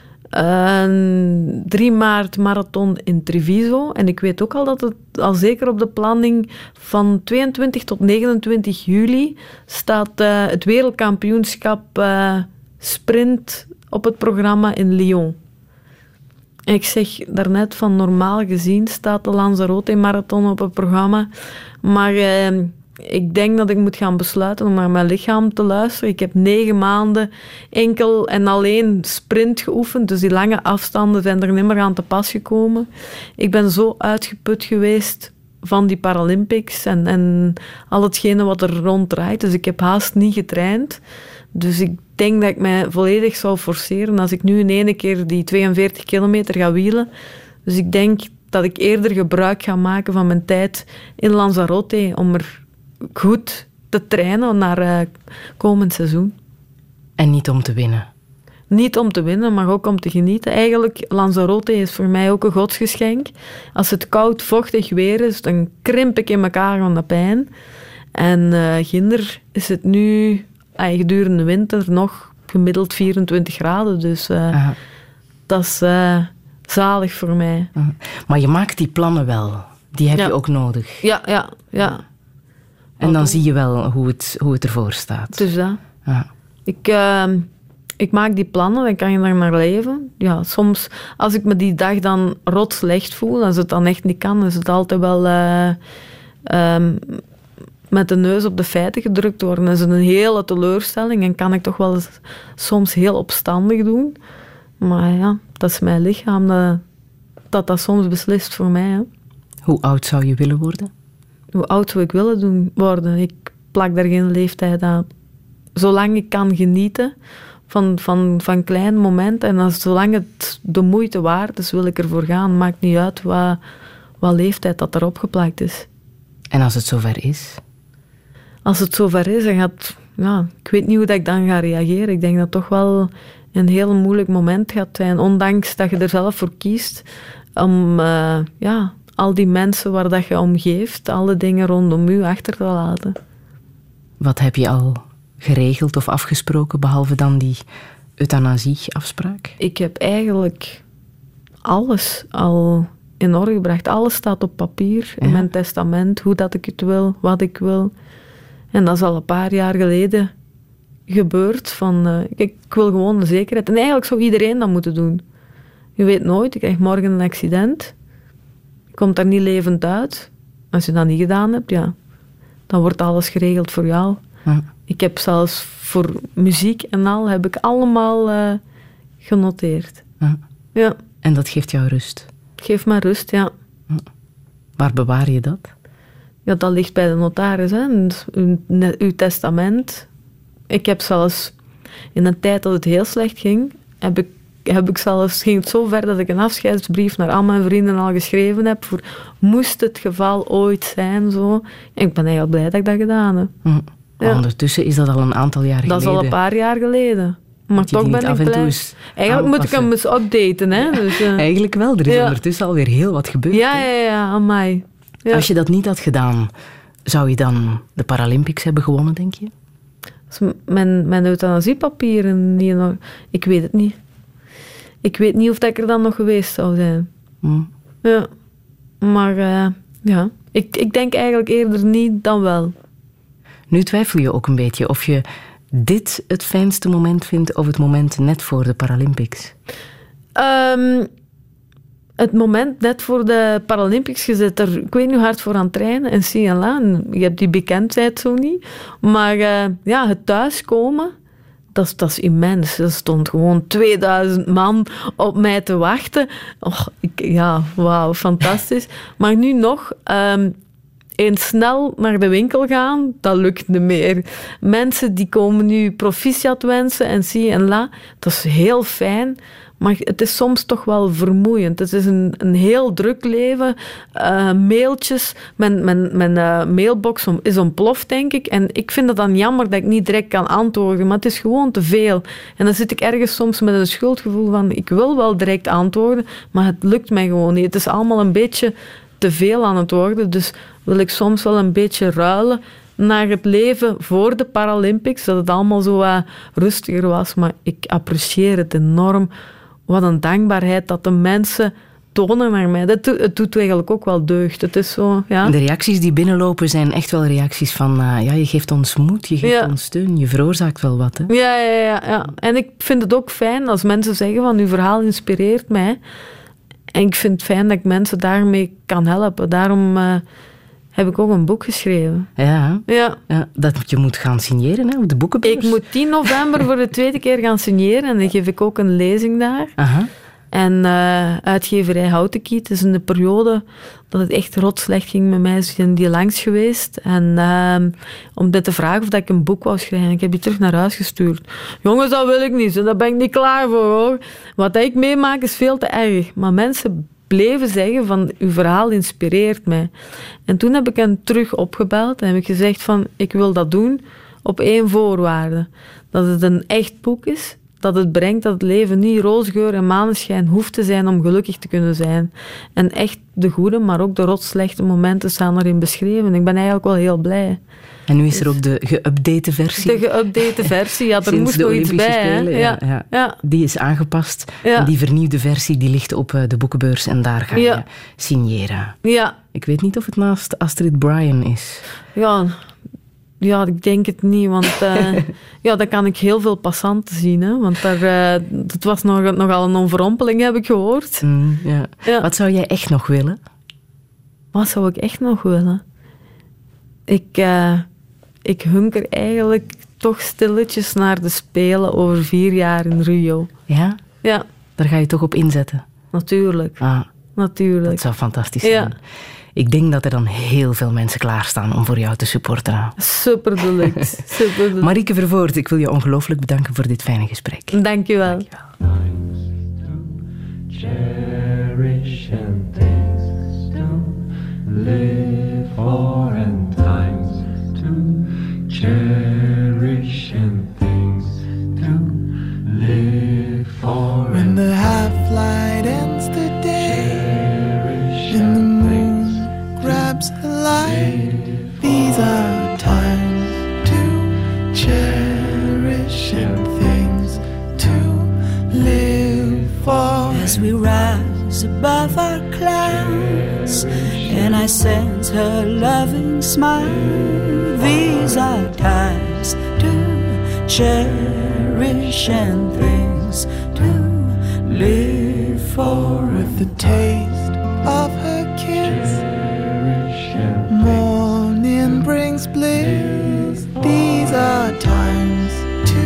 3 maart marathon in Treviso. En ik weet ook al dat het al zeker op de planning van 22 tot 29 juli staat het wereldkampioenschap sprint op het programma in Lyon. En ik zeg daarnet van normaal gezien staat de Lanzarote-marathon op het programma. Maar ik denk dat ik moet gaan besluiten om naar mijn lichaam te luisteren. Ik heb 9 maanden enkel en alleen sprint geoefend. Dus die lange afstanden zijn er niet meer aan te pas gekomen. Ik ben zo uitgeput geweest van die Paralympics en al hetgene wat er rond draait. Dus ik heb haast niet getraind. Dus ik denk dat ik mij volledig zou forceren als ik nu in één keer die 42 kilometer ga wielen. Dus ik denk dat ik eerder gebruik ga maken van mijn tijd in Lanzarote om er goed te trainen naar komend seizoen. En niet om te winnen? Niet om te winnen, maar ook om te genieten. Eigenlijk, Lanzarote is voor mij ook een godsgeschenk. Als het koud, vochtig weer is, dan krimp ik in elkaar van de pijn. En ginder is het nu gedurende winter nog gemiddeld 24 graden. Dus dat is zalig voor mij. Maar je maakt die plannen wel. Die heb je ook nodig. Ja. En dan zie je wel hoe het ervoor staat. Dus dat. Ja. Ik maak die plannen, dan kan je daar naar leven. Ja, soms, als ik me die dag dan rot slecht voel, als het dan echt niet kan, is het altijd wel met de neus op de feiten gedrukt worden. Dat is een hele teleurstelling en kan ik toch wel soms heel opstandig doen. Maar ja, dat is mijn lichaam dat soms beslist voor mij. Hè. Hoe oud zou je willen worden? Hoe oud zou ik willen worden? Ik plak daar geen leeftijd aan. Zolang ik kan genieten van kleine momenten en zolang het de moeite waard is, wil ik ervoor gaan. Maakt niet uit wat leeftijd dat erop geplakt is. En als het zover is? Als het zover is, dan gaat... Ja, ik weet niet hoe dat ik dan ga reageren. Ik denk dat het toch wel een heel moeilijk moment gaat zijn. Ondanks dat je er zelf voor kiest om al die mensen waar dat je om geeft, alle dingen rondom u achter te laten. Wat heb je al geregeld of afgesproken, behalve dan die euthanasie-afspraak? Ik heb eigenlijk alles al in orde gebracht. Alles staat op papier, in mijn testament, hoe dat ik het wil, wat ik wil. En dat is al een paar jaar geleden gebeurd. Ik wil gewoon een zekerheid. En eigenlijk zou iedereen dat moeten doen. Je weet nooit, je krijgt morgen een accident. Je komt daar niet levend uit. Als je dat niet gedaan hebt, dan wordt alles geregeld voor jou. Ja. Ik heb zelfs voor muziek en al, heb ik allemaal genoteerd. Ja. En dat geeft jou rust? Geeft mij rust, ja. Waar bewaar je dat? Ja, dat ligt bij de notaris, hè. Uw testament. Ik heb zelfs in een tijd dat het heel slecht ging, ging het zo ver dat ik een afscheidsbrief naar al mijn vrienden al geschreven heb voor moest het geval ooit zijn, zo. En ik ben eigenlijk blij dat ik dat gedaan heb. Ja. Ondertussen is dat al een aantal jaar geleden. Dat is al een paar jaar geleden. Maar toch ben ik blij. Eigenlijk moet ik hem eens updaten, hè. Dus, eigenlijk wel, er is ondertussen alweer heel wat gebeurd. Ja, amai. Ja. Als je dat niet had gedaan, zou je dan de Paralympics hebben gewonnen, denk je? mijn euthanasiepapieren niet nog... Ik weet het niet. Ik weet niet of ik er dan nog geweest zou zijn. Ja. Maar ja, ik denk eigenlijk eerder niet dan wel. Nu twijfel je ook een beetje of je dit het fijnste moment vindt of het moment net voor de Paralympics? Het moment net voor de Paralympics, je zit er, ik weet niet hoe hard voor aan het trainen en zie en la. Je hebt die bekendheid zo niet. Maar het thuiskomen, dat is immens. Er stond gewoon 2000 man op mij te wachten. Wauw, fantastisch. Maar nu nog... eens snel naar de winkel gaan, dat lukt niet meer. Mensen die komen nu proficiat wensen en zie en la. Dat is heel fijn, maar het is soms toch wel vermoeiend. Het is een heel druk leven. Mailtjes, mijn mailbox is ontploft, denk ik. En ik vind het dan jammer dat ik niet direct kan antwoorden, maar het is gewoon te veel. En dan zit ik ergens soms met een schuldgevoel van, ik wil wel direct antwoorden, maar het lukt mij gewoon niet. Het is allemaal een beetje te veel aan het worden, dus wil ik soms wel een beetje ruilen naar het leven voor de Paralympics, dat het allemaal zo rustiger was. Maar ik apprecieer het enorm. Wat een dankbaarheid dat de mensen tonen naar mij. Het doet eigenlijk ook wel deugd. Het is zo, ja. De reacties die binnenlopen zijn echt wel reacties van... je geeft ons moed, je geeft ons steun, je veroorzaakt wel wat. Hè? Ja. En ik vind het ook fijn als mensen zeggen van, uw verhaal inspireert mij. En ik vind het fijn dat ik mensen daarmee kan helpen. Daarom heb ik ook een boek geschreven. Ja. Dat je moet gaan signeren hè, op de boekenbeurs. Ik moet 10 november voor de tweede keer gaan signeren. En dan geef ik ook een lezing daar. Aha. En uitgeverij Houtenkiet is in de periode dat het echt rot slecht ging met mij, zijn die langs geweest. En om dit te vragen of dat ik een boek wou schrijven. Ik heb die terug naar huis gestuurd. Jongens, dat wil ik niet. Daar ben ik niet klaar voor, hoor. Wat ik meemaak is veel te erg. Maar mensen bleven zeggen van, uw verhaal inspireert mij. En toen heb ik hen terug opgebeld en heb ik gezegd van, ik wil dat doen op 1 voorwaarde. Dat het een echt boek is. Dat het brengt dat het leven niet roosgeur en maneschijn hoeft te zijn om gelukkig te kunnen zijn. En echt de goede, maar ook de rotslechte momenten staan erin beschreven. Ik ben eigenlijk wel heel blij. En nu is er ook de geüpdate versie. De geüpdate versie, ja, er moest nog iets bij. Spelen, ja. Die is aangepast. Ja. En die vernieuwde versie die ligt op de boekenbeurs en daar ga je signeren. Ja. Ik weet niet of het naast Astrid Bryan is. Ja, ik denk het niet, want dan kan ik heel veel passanten zien. Hè, want dat was nogal een onverrompeling, heb ik gehoord. Ja. Wat zou jij echt nog willen? Wat zou ik echt nog willen? Ik hunker eigenlijk toch stilletjes naar de Spelen over 4 jaar in Rio. Ja? Ja. Daar ga je toch op inzetten? Natuurlijk. Natuurlijk. Dat zou fantastisch zijn. Ja. Ik denk dat er dan heel veel mensen klaarstaan om voor jou te supporteren. Super deluxe. Marieke Vervoort, ik wil je ongelooflijk bedanken voor dit fijne gesprek. Dank je wel. Cherish and things to live for and times to cherish and things to live for. When the half-light ends the day and the moon grabs the light, these are times to cherish and things to live for. As we rise above our clouds and I sense her loving smile, these are times to cherish and things to live for. With the taste of her kiss, morning brings bliss. These are times to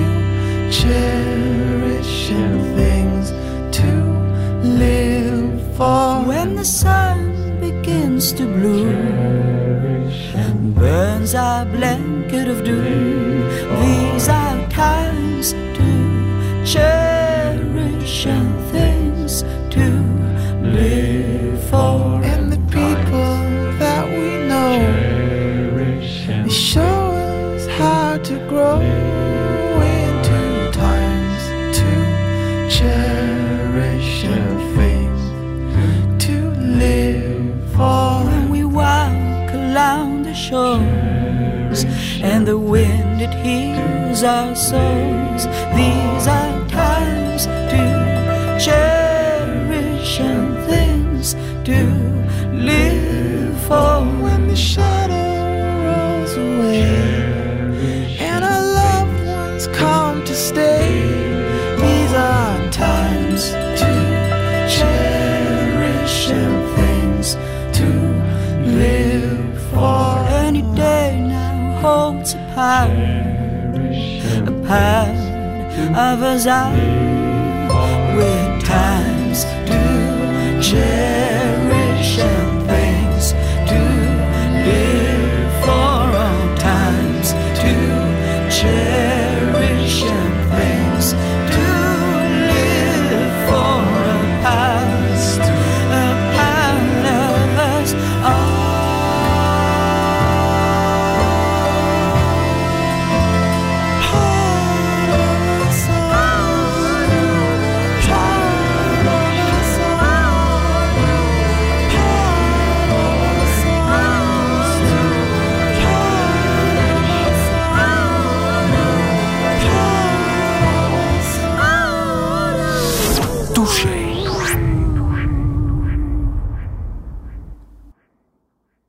cherish and things to live for. When the sun begins to bloom and burns our blanket of doom, these are times to cherish and things to live for. And the people that we know, they show us how to grow into times to cherish and things to live for. When we walk along the shores and the wind lose our souls. These are times to cherish and things to live for. When the shadow rolls away and our loved ones come to stay, these are times to cherish and things to live for. Any day holds a part of us out.